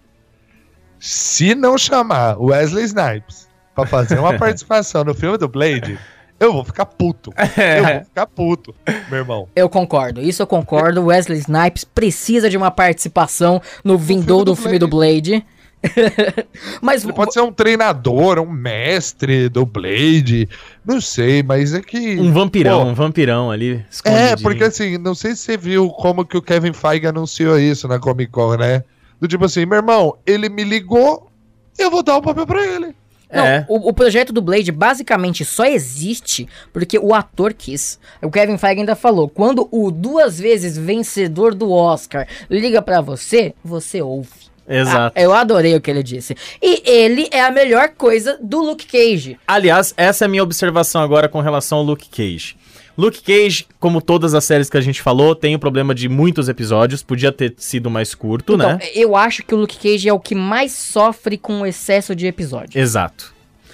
Se não chamar o Wesley Snipes pra fazer uma participação no filme do Blade, eu vou ficar puto. Eu vou ficar puto, meu irmão. Eu concordo, isso eu concordo. Wesley Snipes precisa de uma participação no vindouro do filme do Blade. Mas Ele pode ser um treinador, um mestre do Blade, não sei, mas é que... Um vampirão, Pô, um vampirão ali. é, escondidinho. porque assim, não sei se você viu como que o Kevin Feige anunciou isso na Comic Con, né? Do tipo assim, meu irmão, ele me ligou, eu vou dar o papel pra ele. Não, É. o, o projeto do Blade basicamente só existe porque o ator quis. O Kevin Feige ainda falou, quando o duas vezes vencedor do Oscar liga pra você, você ouve. Exato. Ah, eu adorei o que ele disse. E ele é a melhor coisa do Luke Cage. Aliás, essa é a minha observação agora com relação ao Luke Cage. Luke Cage, como todas as séries que a gente falou, tem o problema de muitos episódios, podia ter sido mais curto, Então, né? eu acho que o Luke Cage é o que mais sofre com o excesso de episódios. Exato.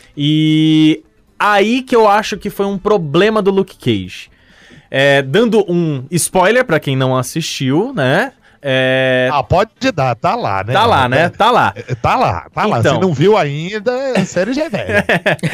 E aí que eu acho que foi um problema do Luke Cage. É, dando um spoiler pra quem não assistiu, né? É, Ah, pode dar, tá lá, né? tá lá, né? Tá lá. É, Tá lá, tá lá. Então. Se não viu ainda, a série já é velha.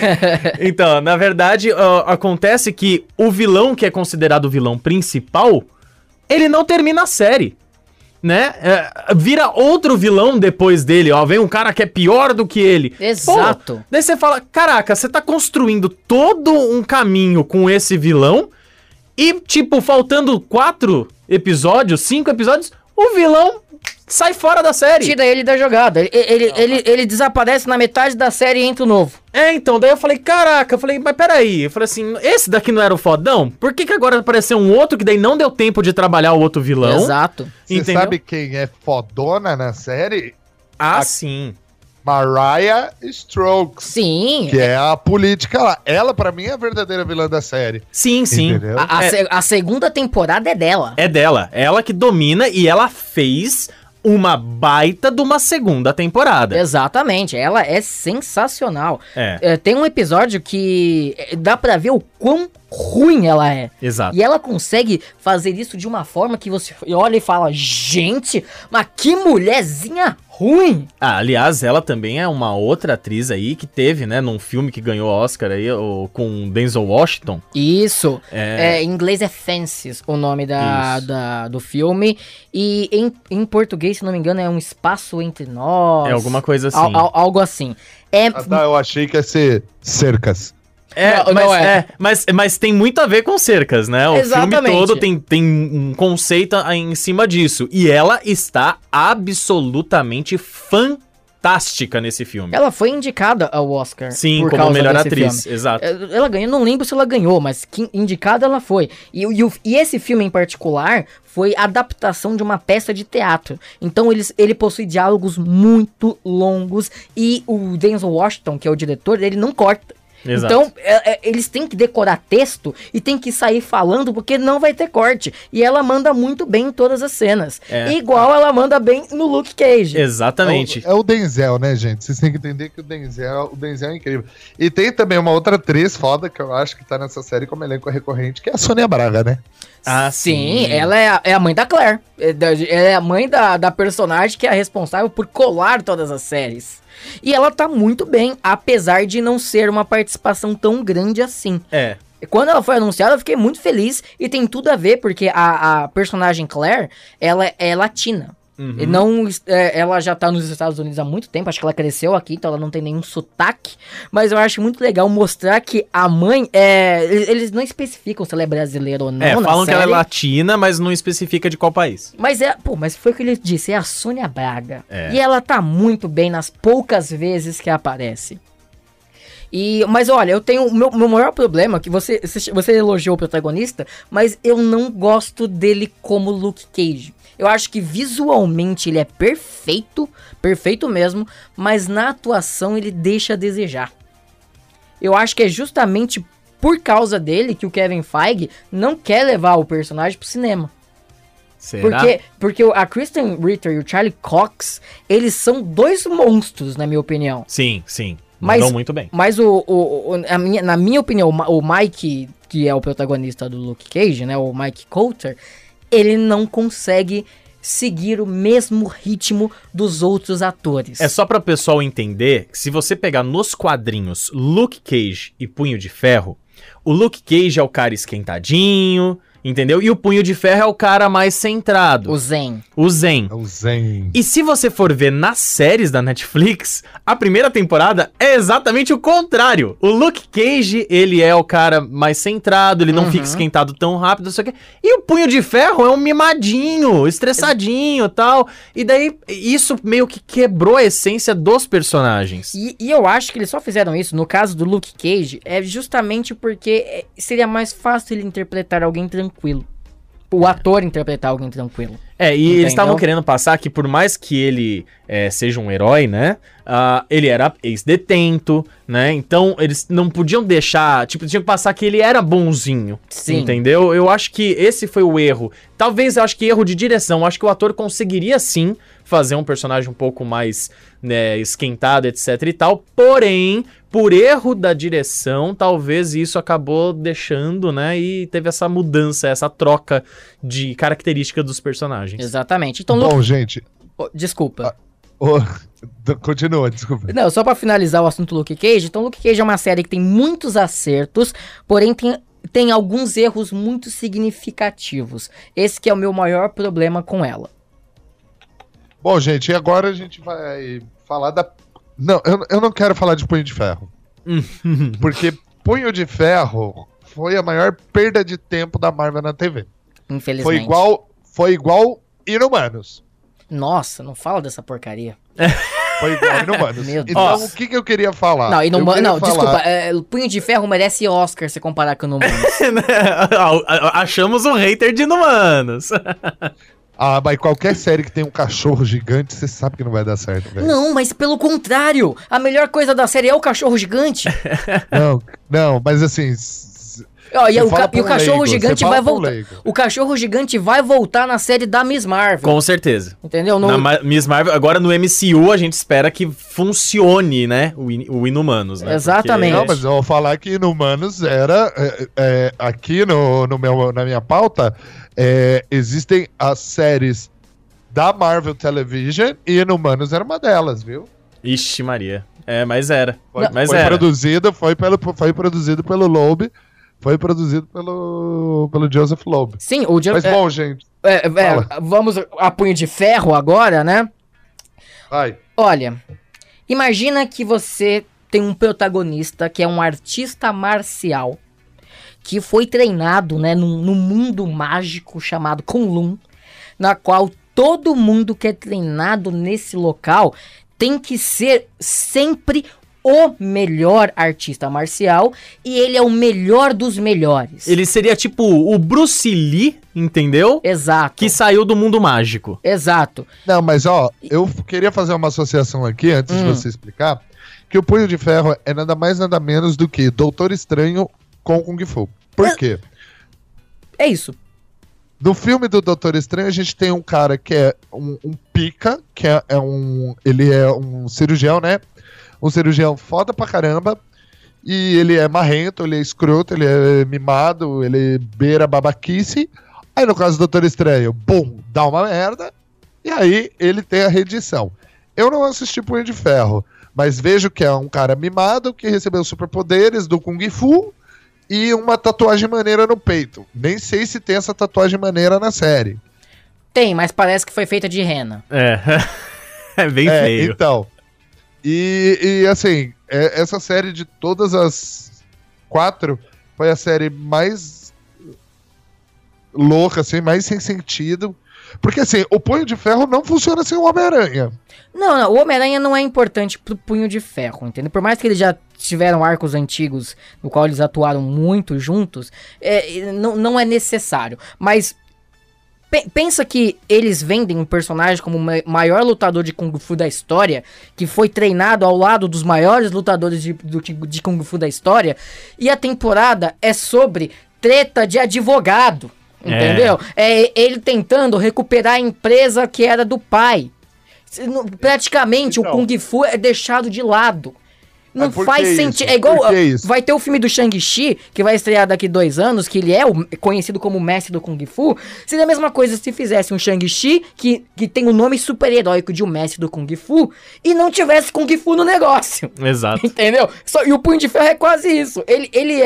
Então, na verdade, ó, acontece que o vilão que é considerado o vilão principal, ele não termina a série, né? É, vira outro vilão depois dele, ó, vem um cara que é pior do que ele. Exato. Pô, daí você fala, caraca, você tá construindo todo um caminho com esse vilão e, tipo, faltando quatro episódios, cinco episódios, o vilão sai fora da série. Tira ele da jogada. Ele, ele, ele, ele desaparece na metade da série e entra o novo. É, então, daí eu falei, caraca, eu falei, mas peraí, eu falei assim, esse daqui não era o fodão? Por que que agora apareceu um outro que daí não deu tempo de trabalhar o outro vilão? Exato. Você Entendeu? sabe quem é fodona na série? Ah, A- sim. Mariah Strokes. Sim. Que é a política lá. Ela, pra mim, é a verdadeira vilã da série. Sim, sim. Entendeu? A, a É. se- a segunda temporada é dela. É dela, ela que domina e ela fez uma baita de uma segunda temporada. Exatamente. Ela é sensacional. É, É, tem um episódio que é, dá pra ver o quão ruim ela é. exato. E ela consegue fazer isso de uma forma que você olha e fala, gente, mas que mulherzinha ruim. Ah, aliás, ela também é uma outra atriz aí que teve, né, num filme que ganhou Oscar aí, o, com Denzel Washington. Isso. É. É, em inglês é Fences o nome da, Isso. da- do filme. E em, em português, se não me engano, é Um Espaço Entre Nós. É alguma coisa assim. Al- al- algo assim. É, Ah, tá, eu achei que ia ser cercas. É, Não, mas, não é. é, mas, mas tem muito a ver com cercas, né? O Exatamente. filme todo tem, tem um conceito em cima disso. E ela está absolutamente fantástica nesse filme. ela foi indicada ao Oscar. Sim, por como causa melhor desse atriz. filme. Exato. É, Ela ganhou, não lembro se ela ganhou, mas que indicada ela foi. E, e, o- e esse filme em particular foi adaptação de uma peça de teatro. Então eles, ele possui diálogos muito longos e o Denzel Washington, que é o diretor, ele não corta. Exato. Então, é, é, eles têm que decorar texto e tem que sair falando porque não vai ter corte. E ela manda muito bem em todas as cenas. É. Igual ela manda bem no Luke Cage. Exatamente. É o, é o Denzel, né, gente? Vocês têm que entender que o Denzel, o Denzel é incrível. E tem também uma outra atriz foda que eu acho que tá nessa série como elenco recorrente, que é a Sônia Braga, né? Ah, Sim, sim. ela é a, é a mãe da Claire. É da- Ela é a mãe da, da personagem que é a responsável por colar todas as séries. E ela tá muito bem, apesar de não ser uma participação tão grande assim. É. Quando ela foi anunciada, eu fiquei muito feliz e tem tudo a ver, porque a, a personagem Claire, ela é latina. Uhum. E não, é, ela já tá nos Estados Unidos há muito tempo, acho que ela cresceu aqui, então ela não tem nenhum sotaque. Mas eu acho muito legal mostrar que a mãe, é, eles eles não especificam se ela é brasileira ou não É, na falam que ela é série. latina, mas não especifica de qual país. Mas é, pô, mas foi o que ele disse, é a Sônia Braga. É. E ela tá muito bem nas poucas vezes que aparece. E, mas olha, eu tenho o meu, meu maior problema, que você, você elogiou o protagonista, mas eu não gosto dele como Luke Cage. Eu acho que visualmente ele é perfeito, perfeito mesmo, mas na atuação ele deixa a desejar. Eu acho que é justamente por causa dele que o Kevin Feige não quer levar o personagem pro cinema. Será? Porque, porque a Kristen Ritter e o Charlie Cox, eles são dois monstros, na minha opinião. Sim, sim. Mas- Mandou muito bem. Mas o, o, o- a minha, na minha opinião, o Ma- o Mike, que é o protagonista do Luke Cage, né? O Mike Coulter, ele não consegue seguir o mesmo ritmo dos outros atores. É só para o pessoal entender que se você pegar nos quadrinhos Luke Cage e Punho de Ferro, o Luke Cage é o cara esquentadinho, entendeu? E o Punho de Ferro é o cara mais centrado. O Zen. O Zen. É o Zen. E se você for ver nas séries da Netflix, a primeira temporada é exatamente o contrário. O Luke Cage, ele é o cara mais centrado, ele não Uhum. fica esquentado tão rápido, não sei o quê. E o Punho de Ferro é um mimadinho, estressadinho e tal. E daí, isso meio que quebrou a essência dos personagens. E, e eu acho que eles só fizeram isso, no caso do Luke Cage, é justamente porque é, seria mais fácil ele interpretar alguém tranquilo. O ator interpretar alguém tranquilo. É, e Entendeu? eles estavam querendo passar que por mais que ele é, seja um herói, né? ah, ele era ex-detento, né? Então eles não podiam deixar... Tipo, tinham que passar que ele era bonzinho. Sim. Entendeu? Eu acho que esse foi o erro. Talvez, eu acho que erro de direção. Eu acho que o ator conseguiria, sim, fazer um personagem um pouco mais, né, esquentado, etc e tal. Porém, por erro da direção, talvez isso acabou deixando, né? E teve essa mudança, essa troca de característica dos personagens. Exatamente. Então, Bom, Luke... gente, oh, desculpa. ô, d- continua, desculpa. Não, só pra finalizar o assunto Luke Cage. Então, Luke Cage é uma série que tem muitos acertos, porém tem, tem alguns erros muito significativos. Esse que é o meu maior problema com ela. Bom, gente, e agora a gente vai falar da... Não, eu, eu não quero falar de Punho de Ferro. Porque Punho de Ferro foi a maior perda de tempo da Marvel na T V. Infelizmente. Foi igual, foi igual Inumanos. Nossa, não fala dessa porcaria. Foi igual Inumanos. Meu Deus. Então, Nossa. o que, que eu queria falar? Não, e não, Eu queria não falar- desculpa. É, Punho de Ferro merece Oscar se comparar com o Inumanos. Achamos um hater de Inumanos. Ah, mas qualquer série que tem um cachorro gigante, você sabe que não vai dar certo, velho. Não, mas pelo contrário. A melhor coisa da série é o cachorro gigante. Não, não, mas assim... s- Ó, e você o, fala ca- pra e o um cachorro leigo, gigante você fala vai pra um voltar. leigo. O cachorro gigante vai voltar na série da Miss Marvel. Com certeza. Entendeu? No- Na Ma- Miss Marvel, agora no M C U a gente espera que funcione, né? O, In- o Inumanos, né? Exatamente. Não, mas eu vou falar que Inumanos era... é, é, aqui no, no meu, na minha pauta, é, existem as séries da Marvel Television e Inumanos era uma delas, viu? Ixi, Maria. É, mas era. Foi, mas foi era. produzido, foi, pelo, foi produzido pelo Loeb, foi produzido pelo, pelo Joseph Loeb. Sim, o Jeff- Mas é, bom, gente, é, é, fala. vamos a Punho de Ferro agora, né? vai. Olha, imagina que você tem um protagonista que é um artista marcial que foi treinado, né, num, num mundo mágico chamado Kunlun, na qual todo mundo que é treinado nesse local tem que ser sempre o melhor artista marcial e ele é o melhor dos melhores. Ele seria tipo o Bruce Lee, entendeu? Exato. Que saiu do mundo mágico. Exato. Não, mas ó, eu queria fazer uma associação aqui, antes de Hum. você explicar, que o Punho de Ferro é nada mais nada menos do que Doutor Estranho com Kung Fu. Por É- quê? É isso. No filme do Doutor Estranho, a gente tem um cara que é um, um pica, que é, é um... Ele é um cirurgião, né? Um cirurgião foda pra caramba. E ele é marrento, ele é escroto, ele é mimado, ele beira babaquice. Aí no caso do Doutor Estranho, bum, dá uma merda. E aí ele tem a redição. Eu não assisti Punho de Ferro, mas vejo que é um cara mimado que recebeu superpoderes do Kung Fu e uma tatuagem maneira no peito. Nem sei se tem essa tatuagem maneira na série. Tem, mas parece que foi feita de rena. É. É bem É, feio. então. E, e, assim, é- essa série de todas as quatro foi a série mais louca, assim, mais sem sentido. Porque assim, o Punho de Ferro não funciona sem o Homem-Aranha. Não, não, o Homem-Aranha não é importante pro Punho de Ferro, entendeu? Por mais que eles já tiveram arcos antigos no qual eles atuaram muito juntos, é, não, não é necessário. Mas pe- pensa que eles vendem um personagem como o ma- maior lutador de Kung Fu da história, que foi treinado ao lado dos maiores lutadores de, do- de Kung Fu da história, e a temporada é sobre treta de advogado. É. Entendeu? É ele tentando recuperar a empresa que era do pai. Se não- Praticamente Então. o Kung Fu é deixado de lado. Não Mas por faz que sentido. isso? É igual. Por que isso? Vai ter o filme do Shang-Chi, que vai estrear daqui dois anos, que ele é o, conhecido como mestre do Kung Fu. Seria a mesma coisa se fizesse um Shang-Chi que, que tem o nome super-heróico de um mestre do Kung Fu e não tivesse Kung Fu no negócio. Exato. Entendeu? Só, e o Punho de Ferro é quase isso. Ele, ele é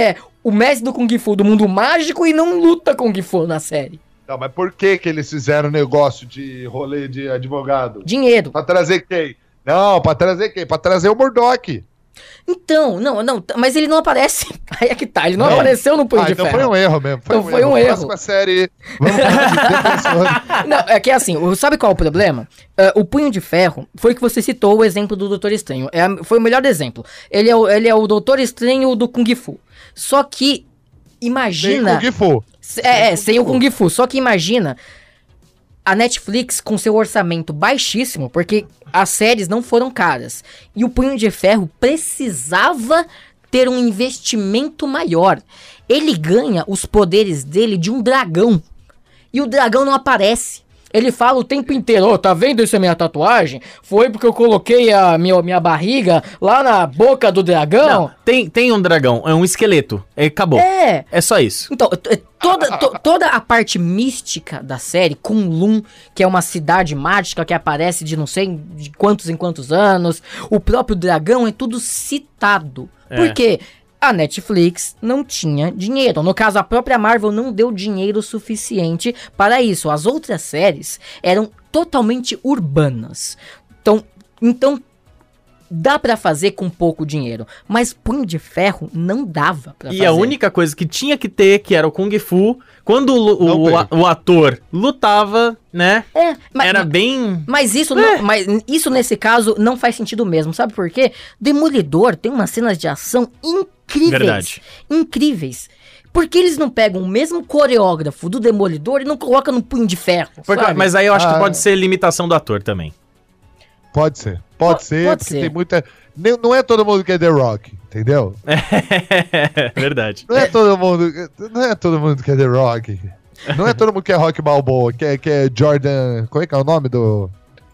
o mestre do Kung Fu do mundo mágico e não luta Kung Fu na série. Não, mas por que que eles fizeram negócio de rolê de advogado? Dinheiro. Pra trazer quem? Não, pra trazer quem? Pra trazer o Murdoch. Então, não, não, t- mas ele não aparece. Aí é que tá, ele não, Não. apareceu no Punho Ah, de então Ferro. foi um erro mesmo. Foi Então um foi erro. um erro. Próxima série. Vamos falar de defensor. Não, é que assim, o- sabe qual é o problema? Ah, o Punho de Ferro foi que você citou o exemplo do Doutor Estranho. É, a- foi o melhor exemplo. Ele é o, ele é o Doutor Estranho do Kung Fu. Só que, imagina... Tem Kung Fu. Se- É, é, sem o Kung Fu. Só que imagina a Netflix com seu orçamento baixíssimo, porque as séries não foram caras. E o Punho de Ferro precisava ter um investimento maior. Ele ganha os poderes dele de um dragão. E o dragão não aparece. Ele fala o tempo inteiro, ô, tá vendo essa minha tatuagem? Foi porque eu coloquei a minha, minha barriga lá na boca do dragão. Não, tem, tem um dragão, é um esqueleto. É, acabou. É. É, só isso. então, t- toda, to- toda a parte mística da série, Kunlun, que é uma cidade mágica que aparece de não sei de quantos em quantos anos, o próprio dragão é tudo citado. É. Por quê? A Netflix não tinha dinheiro. No caso, a própria Marvel não deu dinheiro suficiente para isso. As outras séries eram totalmente urbanas. Então, então dá pra fazer com pouco dinheiro, mas Punho de Ferro não dava pra E fazer. a única coisa que tinha que ter, que era o Kung Fu, quando o, lu- Não o, teve. a- o ator lutava, né? É, mas, era mas- bem... Mas isso, É. não, mas isso nesse caso não faz sentido mesmo, sabe por quê? Demolidor tem umas cenas de ação incríveis. Verdade. Incríveis. Por que eles não pegam o mesmo coreógrafo do Demolidor e não colocam no Punho de Ferro? Porque- sabe? mas aí eu acho Ah, que pode ser limitação do ator também. Pode ser. Pode Po- ser, pode porque ser. tem muita... Nem- Não é todo mundo que é The Rock, entendeu? É verdade. Não é todo mundo... Não é todo mundo que é The Rock. Não é todo mundo que é Rock Balboa, que é, que é Jordan... Como é que é o nome do...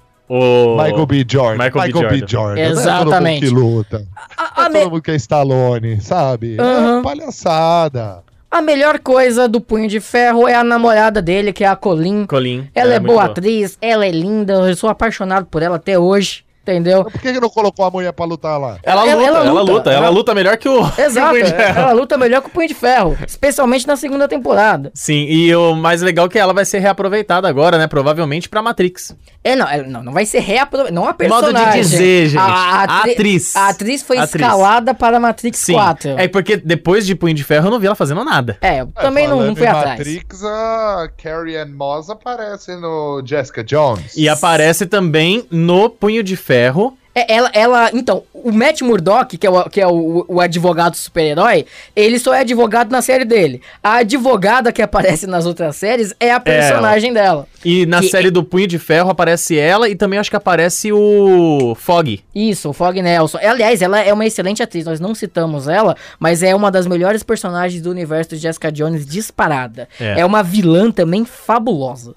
O... Michael B. Jordan. Michael B. Jordan. Não é todo mundo Exatamente. que luta. A, Não a é me- todo mundo que é Stallone, sabe? Aham. É palhaçada. a melhor coisa do Punho de Ferro é a namorada dele, que é a Colleen. Colin. Ela é, muito boa atriz, ela é linda, eu sou apaixonado por ela até hoje, entendeu? Por que que não colocou a mulher pra lutar lá? Ela, Ela- luta, ela ela luta, luta, ela ela- luta melhor que o... Exato, que o Punho de Ferro. ela luta melhor que o Punho de Ferro, especialmente na segunda temporada. Sim, e o mais legal é que ela vai ser reaproveitada agora, né? Provavelmente pra Matrix. É, não, ela- não, não vai ser reaproveitada, não a Modo personagem. de dizer, gente. A, A atri- atriz. A atriz foi Atriz. escalada para Matrix Sim. quatro. É porque depois de Punho de Ferro eu não vi ela fazendo nada. É, eu também não, Falando não fui em atrás. Matrix, a Carrie Ann Moss aparece no Jessica Jones. E aparece também no Punho de Ferro. É, ela, ela, então, o Matt Murdock, que é o, que é o, o advogado super-herói, ele só é advogado na série dele. A advogada que aparece nas outras séries é a personagem dela. E na Que- série do Punho de Ferro aparece ela e também acho que aparece o Fog. Isso, o Fog Nelson. Aliás, ela é uma excelente atriz, nós não citamos ela, mas é uma das melhores personagens do universo de Jessica Jones disparada. É. É uma vilã também fabulosa.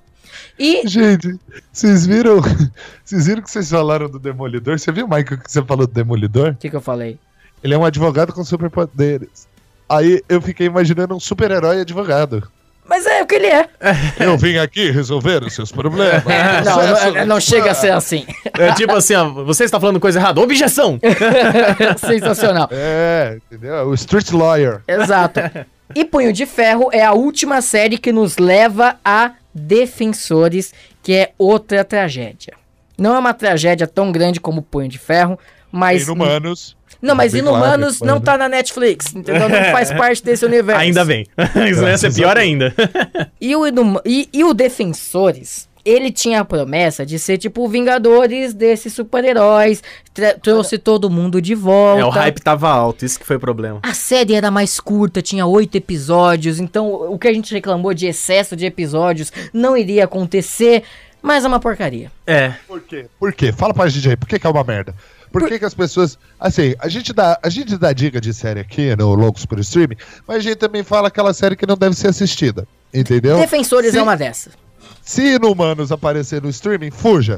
E Gente, vocês viram? Vocês viram que vocês falaram do Demolidor? Você viu, Michael, que você falou do Demolidor? o que, que eu falei? Ele é um advogado com superpoderes. Aí eu fiquei imaginando um super-herói advogado. Mas é o que ele é. Eu vim aqui resolver os seus problemas. não, Sucesso. não, não chega a ser assim. É tipo assim, ó, você está falando coisa errada. Objeção! Sensacional. É, entendeu? O Street Lawyer. Exato. E Punho de Ferro é a última série que nos leva a Defensores, que é outra tragédia. Não é uma tragédia tão grande como Punho de Ferro, mas... Inumanos. Não, mas Bem Inumanos claro, não tá na Netflix, entendeu? Não faz parte desse universo. Ainda bem. Isso ia ser pior ainda. E o, Inuma- e, e o Defensores, ele tinha a promessa de ser tipo o Vingadores desses super-heróis, tra- trouxe todo mundo de volta. É, o hype tava alto, isso que foi o problema. A série era mais curta, tinha oito episódios, então o que a gente reclamou de excesso de episódios não iria acontecer, mas é uma porcaria. É. Por quê? Por quê? Fala pra gente aí, por que, que é uma merda? Por que, que as pessoas. Assim, a gente, dá, a gente dá dica de série aqui no Loucos por Streaming, mas a gente também fala aquela série que não deve ser assistida. Entendeu? Defensores se, é uma dessas. Se Inumanos aparecer no streaming, fuja.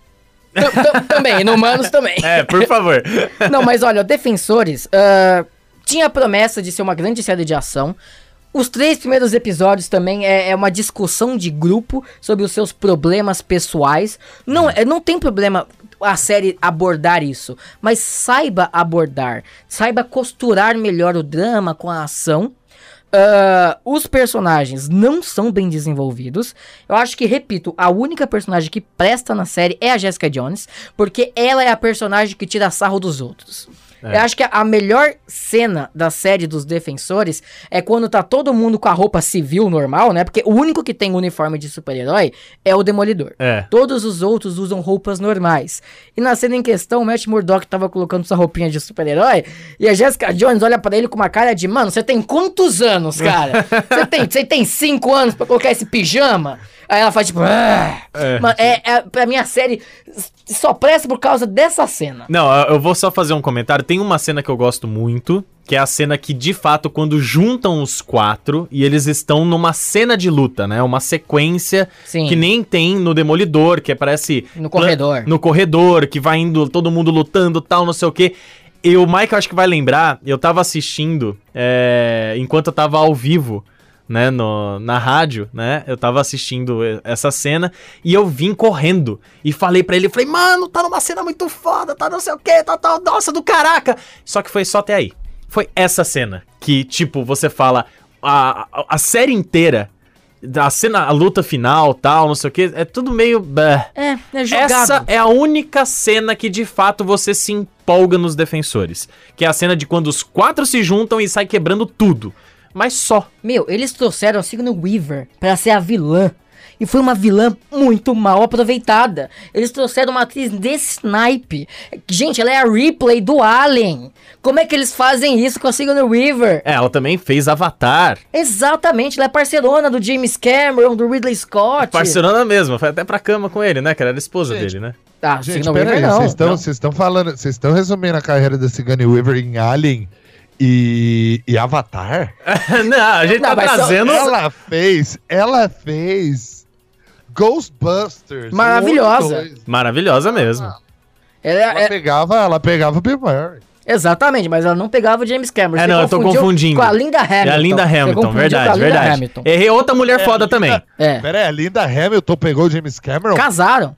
Tam- tam- também, Inumanos também. É, por favor. Não, mas olha, Defensores ah, tinha a promessa de ser uma grande série de ação. Os três primeiros episódios também é, é uma discussão de grupo sobre os seus problemas pessoais. Não, é, não tem problema a série abordar isso, mas saiba abordar, saiba costurar melhor o drama com a ação Uh, os personagens não são bem desenvolvidos. Eu acho que, repito, a única personagem que presta na série é a Jessica Jones, porque ela é a personagem que tira sarro dos outros. É. Eu acho que a melhor cena da série dos Defensores é quando tá todo mundo com a roupa civil normal, né? Porque o único que tem uniforme de super-herói é o Demolidor. É. Todos os outros usam roupas normais. E na cena em questão, o Matt Murdock tava colocando sua roupinha de super-herói e a Jessica Jones olha pra ele com uma cara de, mano, você tem quantos anos, cara? Você tem, você tem cinco anos pra colocar esse pijama? Aí ela faz tipo... Ah. É. Mano, é, é, pra mim a série só presta por causa dessa cena. Não, eu vou só fazer um comentário. Tem uma cena que eu gosto muito, que é a cena que, de fato, quando juntam os quatro e eles estão numa cena de luta, né? Uma sequência Sim. que nem tem no Demolidor, que parece... No corredor. No corredor, que vai indo todo mundo lutando, tal, não sei o quê. E o Mike, eu acho que vai lembrar, eu tava assistindo, é, enquanto eu tava ao vivo, né, no, na rádio, né, eu tava assistindo essa cena e eu vim correndo e falei pra ele, falei, mano, tá numa cena muito foda, tá não sei o que, tá, tá, nossa, do caraca. Só que foi só até aí. Foi essa cena que, tipo, você fala, a, a, a série inteira, a cena, a luta final, tal, não sei o que, é tudo meio... É, é jogado. Essa é a única cena que, de fato, você se empolga nos Defensores, que é a cena de quando os quatro se juntam e sai quebrando tudo. Mas só. Meu, eles trouxeram a Sigourney Weaver pra ser a vilã. E foi uma vilã muito mal aproveitada. Eles trouxeram uma atriz desse naipe. Gente, ela é a Ripley do Alien. Como é que eles fazem isso com a Sigourney Weaver? É, ela também fez Avatar. Exatamente, ela é parceirona do James Cameron, do Ridley Scott. Parceirona mesmo, foi até pra cama com ele, né? Que era a esposa Gente, dele, né? Ah, Gente, Sigourney peraí, Weaver não. vocês estão não. vocês estão falando, vocês estão resumindo a carreira da Sigourney Weaver em Alien e, e Avatar? Não, a gente Não, tá mas só- trazendo... Ela fez, ela fez Ghostbusters. Maravilhosa. um, dois. Maravilhosa mesmo. Ela, Ela é, pegava, ela pegava o Bill Murray. exatamente, mas ela não pegava o James Cameron. É, Você não, eu tô confundiu confundindo. Com a Linda Hamilton. É a Linda Você Hamilton, confundiu verdade, com a Linda verdade. Hamilton. Errei outra mulher foda também. É. Pera aí, a Linda Hamilton pegou o James Cameron? Casaram.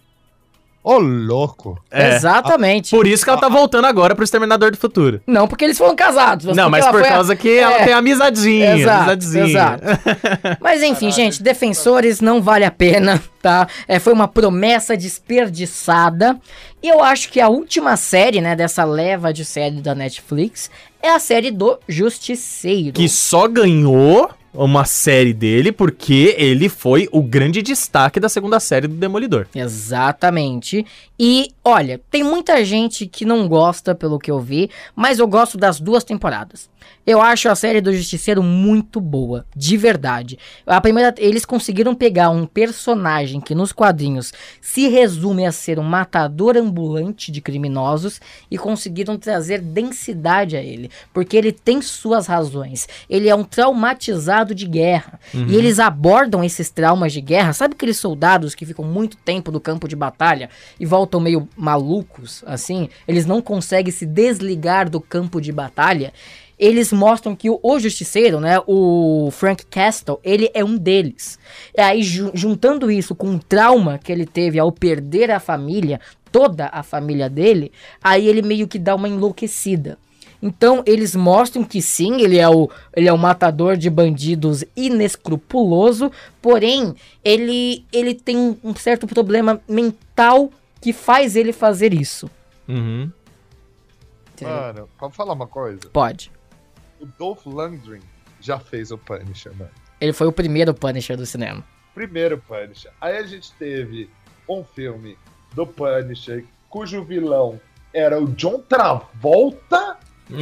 Ô, louco. É. Exatamente. Por isso que ela tá voltando agora pro Exterminador do Futuro. Não, porque eles foram casados. Não, mas porque por ela foi a- causa que ela É. tem amizadinha. Exato, amizadinha. exato. Mas enfim, gente, Defensores não vale a pena, tá? É, foi uma promessa desperdiçada. E eu acho que a última série, né, dessa leva de série da Netflix é a série do Justiceiro. Que só ganhou uma série dele porque ele foi o grande destaque da segunda série do Demolidor. Exatamente. E, olha, tem muita gente que não gosta, pelo que eu vi, mas eu gosto das duas temporadas. Eu acho a série do Justiceiro muito boa, de verdade. A primeira, eles conseguiram pegar um personagem que nos quadrinhos se resume a ser um matador ambulante de criminosos e conseguiram trazer densidade a ele, porque ele tem suas razões. Ele é um traumatizado de guerra. Uhum. E eles abordam esses traumas de guerra. Sabe aqueles soldados que ficam muito tempo no campo de batalha e voltam meio malucos, assim? Eles não conseguem se desligar do campo de batalha. Eles mostram que o, o Justiceiro, né, o Frank Castle, ele é um deles. E aí, ju- juntando isso com o trauma que ele teve ao perder a família, toda a família dele, aí ele meio que dá uma enlouquecida. Então, eles mostram que sim, ele é o, ele é um matador de bandidos inescrupuloso, porém, ele, ele tem um, um certo problema mental que faz ele fazer isso. Uhum. Entendeu? Mano, pode falar uma coisa? Pode. O Dolph Lundgren já fez o Punisher, mano. Ele foi o primeiro Punisher do cinema. Primeiro Punisher. Aí a gente teve um filme do Punisher cujo vilão era o John Travolta.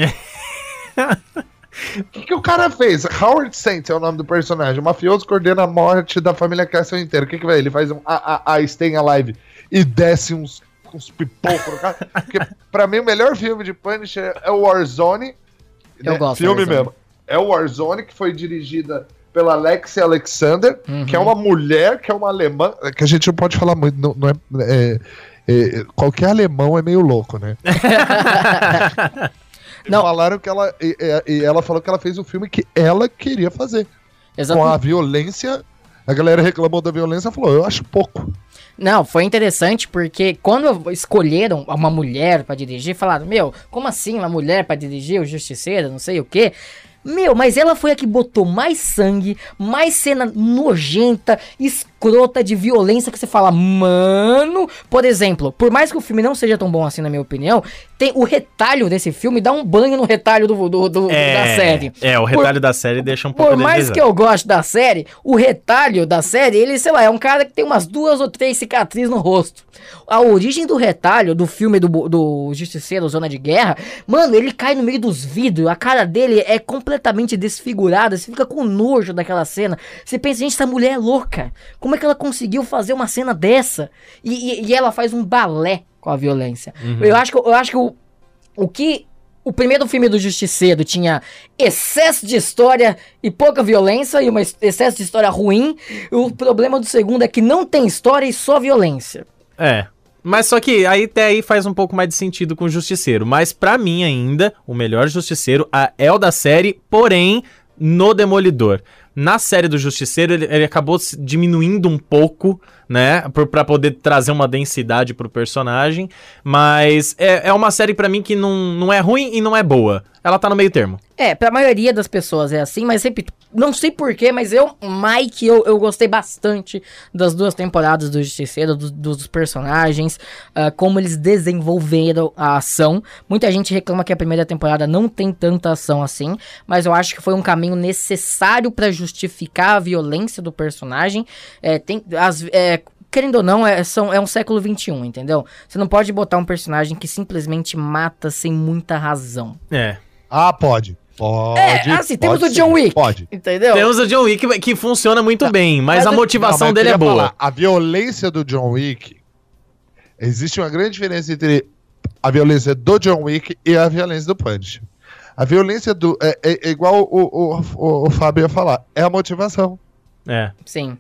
O que, que o cara fez? Howard Saint é o nome do personagem. O mafioso coordena a morte da família Castle inteira. O que, que vai? Ele faz um a, a, a Staying Alive e desce uns, uns pipocos no cara. Porque pra mim o melhor filme de Punisher é o Warzone. Eu né? gosto do Filme Warzone. mesmo. É o Warzone, que foi dirigida pela Alexia Alexander, Uhum. que é uma mulher, que é uma alemã. Que a gente não pode falar muito, não, não é, é- é- qualquer alemão é meio louco, né? Não. Falaram que ela. E, e- e ela falou que ela fez o filme que ela queria fazer. Com a Exatamente. violência. A galera reclamou da violência e falou: eu acho pouco. Não, foi interessante porque quando escolheram uma mulher pra dirigir, falaram, meu, como assim uma mulher pra dirigir o Justiceiro, não sei o quê. Meu, mas ela foi a que botou mais sangue, mais cena nojenta, escrota de violência que você fala, mano... Por exemplo, por mais que o filme não seja tão bom assim, na minha opinião, tem o retalho desse filme, dá um banho no retalho do, do, do é, da série. É, o retalho por, da série deixa um pouco... Por mais que eu goste da série, o retalho da série, ele, sei lá, é um cara que tem umas duas ou três cicatrizes no rosto. A origem do retalho do filme do, do Justiceiro, Zona de Guerra, mano, ele cai no meio dos vidros, a cara dele é completamente desfigurada, você fica com nojo daquela cena. Você pensa, gente, essa mulher é louca. Como é que ela conseguiu fazer uma cena dessa? E, e, e ela faz um balé com a violência. Uhum. Eu acho que, eu acho que o, o que... O primeiro filme do Justiceiro tinha excesso de história e pouca violência, e um excesso de história ruim. O problema do segundo é que não tem história e só violência. É, mas só que aí até aí faz um pouco mais de sentido com o Justiceiro. Mas pra mim ainda, o melhor Justiceiro é o da série, porém no Demolidor. Na série do Justiceiro, ele, ele acabou diminuindo um pouco, né, por, pra poder trazer uma densidade pro personagem, mas é, é uma série pra mim que não, não é ruim e não é boa. Ela tá no meio termo. É, pra maioria das pessoas é assim, mas repito, não sei porquê, mas eu, Mike, eu, eu gostei bastante das duas temporadas do Justiceiro, do, dos personagens, uh, como eles desenvolveram a ação. Muita gente reclama que a primeira temporada não tem tanta ação assim, mas eu acho que foi um caminho necessário pra justificar a violência do personagem. É, tem as... É, querendo ou não, é, são, é um século vinte e um, entendeu? Você não pode botar um personagem que simplesmente mata sem muita razão. É. Ah, pode. Pode. É, assim, temos pode o John Wick. Pode. Entendeu? Temos o John Wick que, que funciona muito tá. bem, mas, mas a motivação não, mas dele é boa. Falar, a violência do John Wick, existe uma grande diferença entre a violência do John Wick e a violência do Punisher. A violência do... É, é, é igual o, o, o, o Fábio ia falar, é a motivação. É. Sim.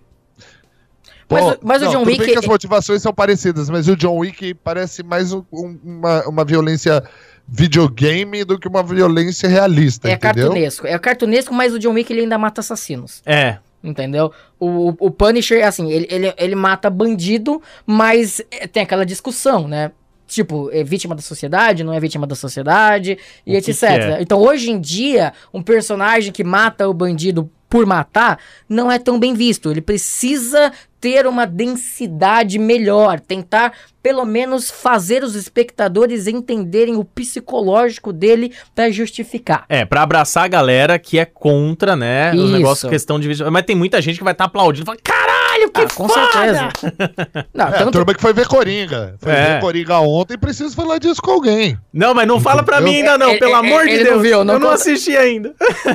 Pô, mas, mas não, o John tudo Wick... bem que as motivações são parecidas, mas o John Wick parece mais um, uma, uma violência videogame do que uma violência realista, é entendeu? cartunesco. É cartunesco, mas o John Wick ele ainda mata assassinos. É. Entendeu? O, o Punisher, assim, ele, ele, ele mata bandido, mas tem aquela discussão, né? Tipo, é vítima da sociedade, não é vítima da sociedade, e o que etcétera. Que é? Então, hoje em dia, um personagem que mata o bandido por matar não é tão bem visto. Ele precisa ter uma densidade melhor, tentar pelo menos fazer os espectadores entenderem o psicológico dele pra justificar. É, pra abraçar a galera que é contra, né, Isso. os negócios, questão de... Mas tem muita gente que vai estar tá aplaudindo, fala, caralho, que ah, com foda! certeza. Não, é, tanto... a turma que foi ver Coringa. Foi é. ver Coringa ontem, preciso falar disso com alguém. Não, mas não fala pra mim ainda não, ele, pelo ele, amor ele de Deus. Não viu, não eu não conta... assisti ainda.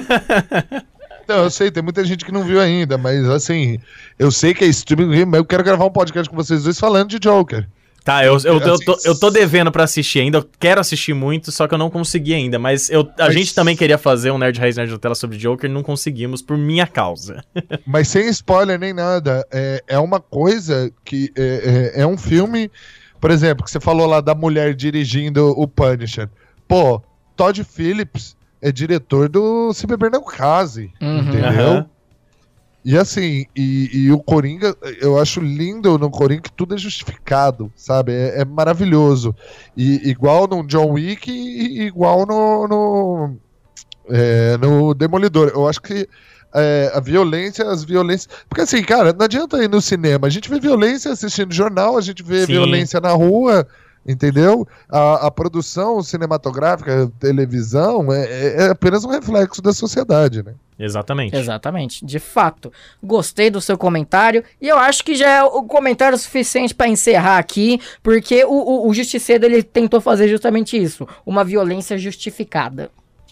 Não, eu sei, tem muita gente que não viu ainda, mas assim, eu sei que é streaming, mas eu quero gravar um podcast com vocês dois falando de Joker. Tá, eu, eu, eu, assim, tô, eu tô devendo pra assistir ainda, eu quero assistir muito, só que eu não consegui ainda, mas eu, a mas... gente também queria fazer um Nerd Raiz Nerd Nutella sobre Joker, não conseguimos por minha causa. Mas sem spoiler nem nada, é, é uma coisa que é, é, é um filme, por exemplo, que você falou lá da mulher dirigindo o Punisher. Pô, Todd Phillips é diretor do Se Beber Não Case, Uhum. entendeu? Uhum. E assim, e, e o Coringa, eu acho lindo no Coringa que tudo é justificado, sabe? É, é maravilhoso. E igual no John Wick e igual no, no, é, no Demolidor. Eu acho que é, a violência, as violências... Porque assim, cara, não adianta ir no cinema. A gente vê violência assistindo jornal, a gente vê Sim. violência na rua... Entendeu? A, a produção cinematográfica, televisão, é, é apenas um reflexo da sociedade, né? Exatamente. Exatamente, de fato. Gostei do seu comentário e eu acho que já é o comentário suficiente para encerrar aqui, porque o, o, o Justiceiro ele tentou fazer justamente isso, uma violência justificada.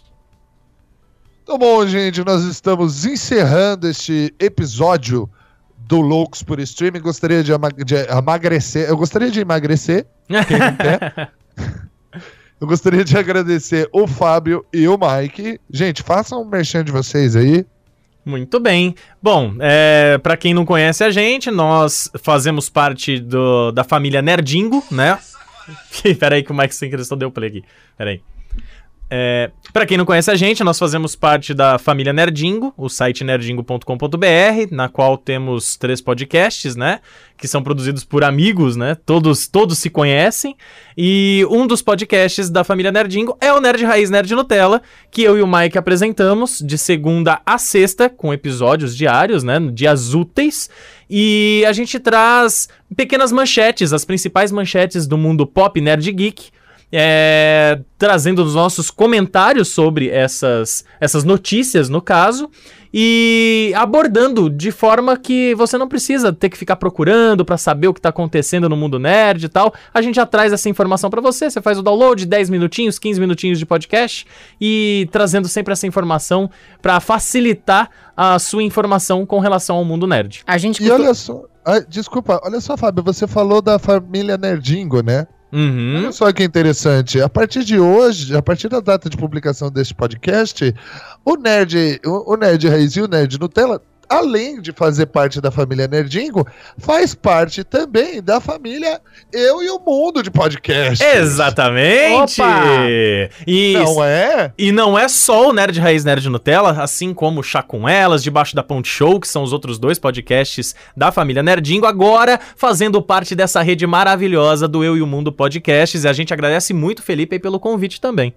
Então bom, gente, nós estamos encerrando este episódio do Loucos por Streaming. Gostaria de, de emagrecer. Eu gostaria de emagrecer. Quem não quer? Eu gostaria de agradecer o Fábio e o Mike. Gente, façam um merchan de vocês aí. Muito bem. Bom, é, pra quem não conhece a gente, nós fazemos parte do, da família Nerdingo, né? Peraí que o Mike sem questão deu play aqui. Peraí. É, para quem não conhece a gente, nós fazemos parte da família Nerdingo, o site nerdingo ponto com ponto b r, na qual temos três podcasts, né? Que são produzidos por amigos, né? Todos, todos se conhecem. E um dos podcasts da família Nerdingo é o Nerd Raiz Nerd Nutella, que eu e o Mike apresentamos de segunda a sexta, com episódios diários, né? Dias úteis. E a gente traz pequenas manchetes, as principais manchetes do mundo pop, nerd geek, É, trazendo os nossos comentários sobre essas, essas notícias, no caso, e abordando de forma que você não precisa ter que ficar procurando para saber o que está acontecendo no mundo nerd e tal. A gente já traz essa informação para você, você faz o download, dez minutinhos, quinze minutinhos de podcast, e trazendo sempre essa informação para facilitar a sua informação com relação ao mundo nerd. A gente E olha só, ah, desculpa, olha só, Fábio, você falou da família Nerdingo, né? Uhum. Olha só que interessante, a partir de hoje, a partir da data de publicação deste podcast, o Nerd, o, o Nerd Raiz e o Nerd Nutella, além de fazer parte da família Nerdingo, faz parte também da família Eu e o Mundo de podcast. Exatamente! Opa! E Não é? E não é só o Nerd Raiz Nerd Nutella, assim como o Chá com Elas, Debaixo da Ponte Show, que são os outros dois podcasts da família Nerdingo, agora fazendo parte dessa rede maravilhosa do Eu e o Mundo Podcasts. E a gente agradece muito, Felipe, aí, pelo convite também.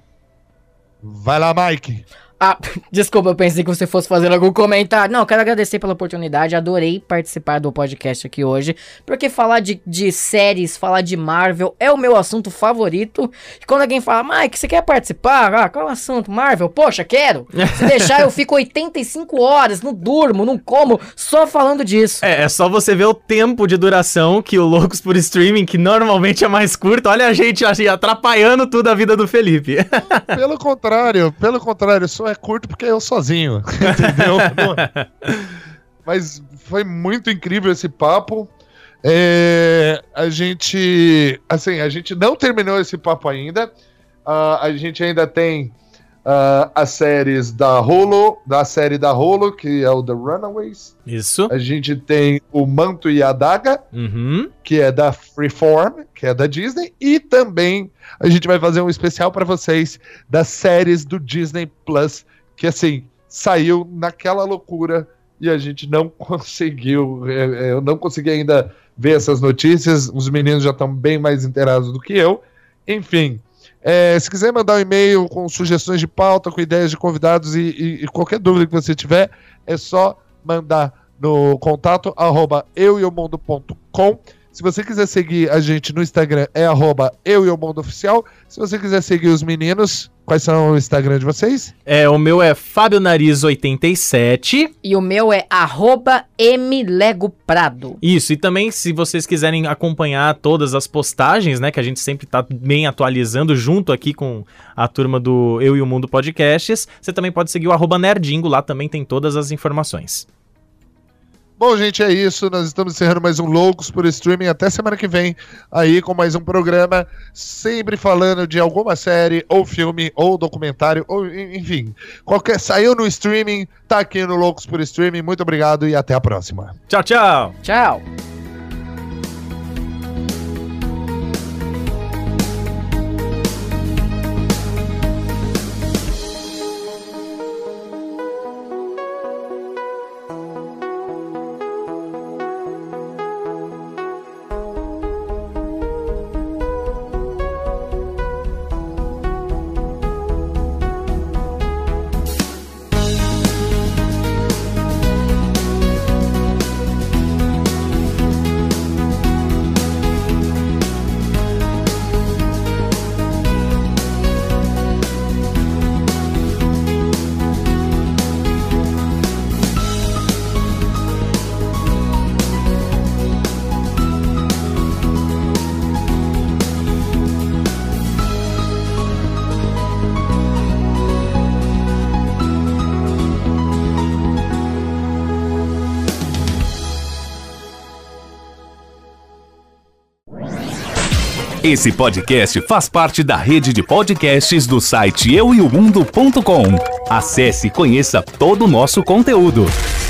Vai lá, Mike. Ah, desculpa, eu pensei que você fosse fazer algum comentário. Não, eu quero agradecer pela oportunidade, adorei participar do podcast aqui hoje, porque falar de, de séries, falar de Marvel é o meu assunto favorito. E quando alguém fala, Mike, você quer participar? Ah, qual é o assunto? Marvel? Poxa, quero! Se deixar, eu fico oitenta e cinco horas, não durmo, não como, só falando disso. É, é só você ver o tempo de duração que o Loucos por Streaming, que normalmente é mais curto, olha a gente assim, atrapalhando tudo a vida do Felipe. Pelo contrário, pelo contrário, só é curto porque eu sozinho, entendeu? Mas foi muito incrível esse papo. É, a gente, assim, a gente não terminou esse papo ainda. Uh, a gente ainda tem uh, as séries da Hulu, da série da Hulu, que é o The Runaways. Isso. A gente tem o Manto e a Adaga, Uhum. que é da Freeform, que é da Disney, e também a gente vai fazer um especial para vocês das séries do Disney Plus, que assim, saiu naquela loucura e a gente não conseguiu, eu não consegui ainda ver essas notícias, os meninos já estão bem mais inteirados do que eu. Enfim, é, se quiser mandar um e-mail com sugestões de pauta, com ideias de convidados e, e, e qualquer dúvida que você tiver, é só mandar no contato arroba eu e o mundo ponto com. Se você quiser seguir a gente no Instagram, é arroba eu e o mundo oficial. Se você quiser seguir os meninos, quais são o Instagram de vocês? É, o meu é Fábio Nariz oitenta e sete. E o meu é arroba mlegoprado. Isso, e também se vocês quiserem acompanhar todas as postagens, né, que a gente sempre tá bem atualizando junto aqui com a turma do Eu e o Mundo Podcasts, você também pode seguir o arroba Nerdingo, lá também tem todas as informações. Bom, gente, é isso. Nós estamos encerrando mais um Loucos por Streaming. Até semana que vem, aí com mais um programa, sempre falando de alguma série, ou filme, ou documentário, ou enfim, qualquer saiu no streaming, tá aqui no Loucos por Streaming. Muito obrigado e até a próxima. Tchau, tchau! Tchau! Esse podcast faz parte da rede de podcasts do site eu e o mundo ponto com. Acesse e conheça todo o nosso conteúdo.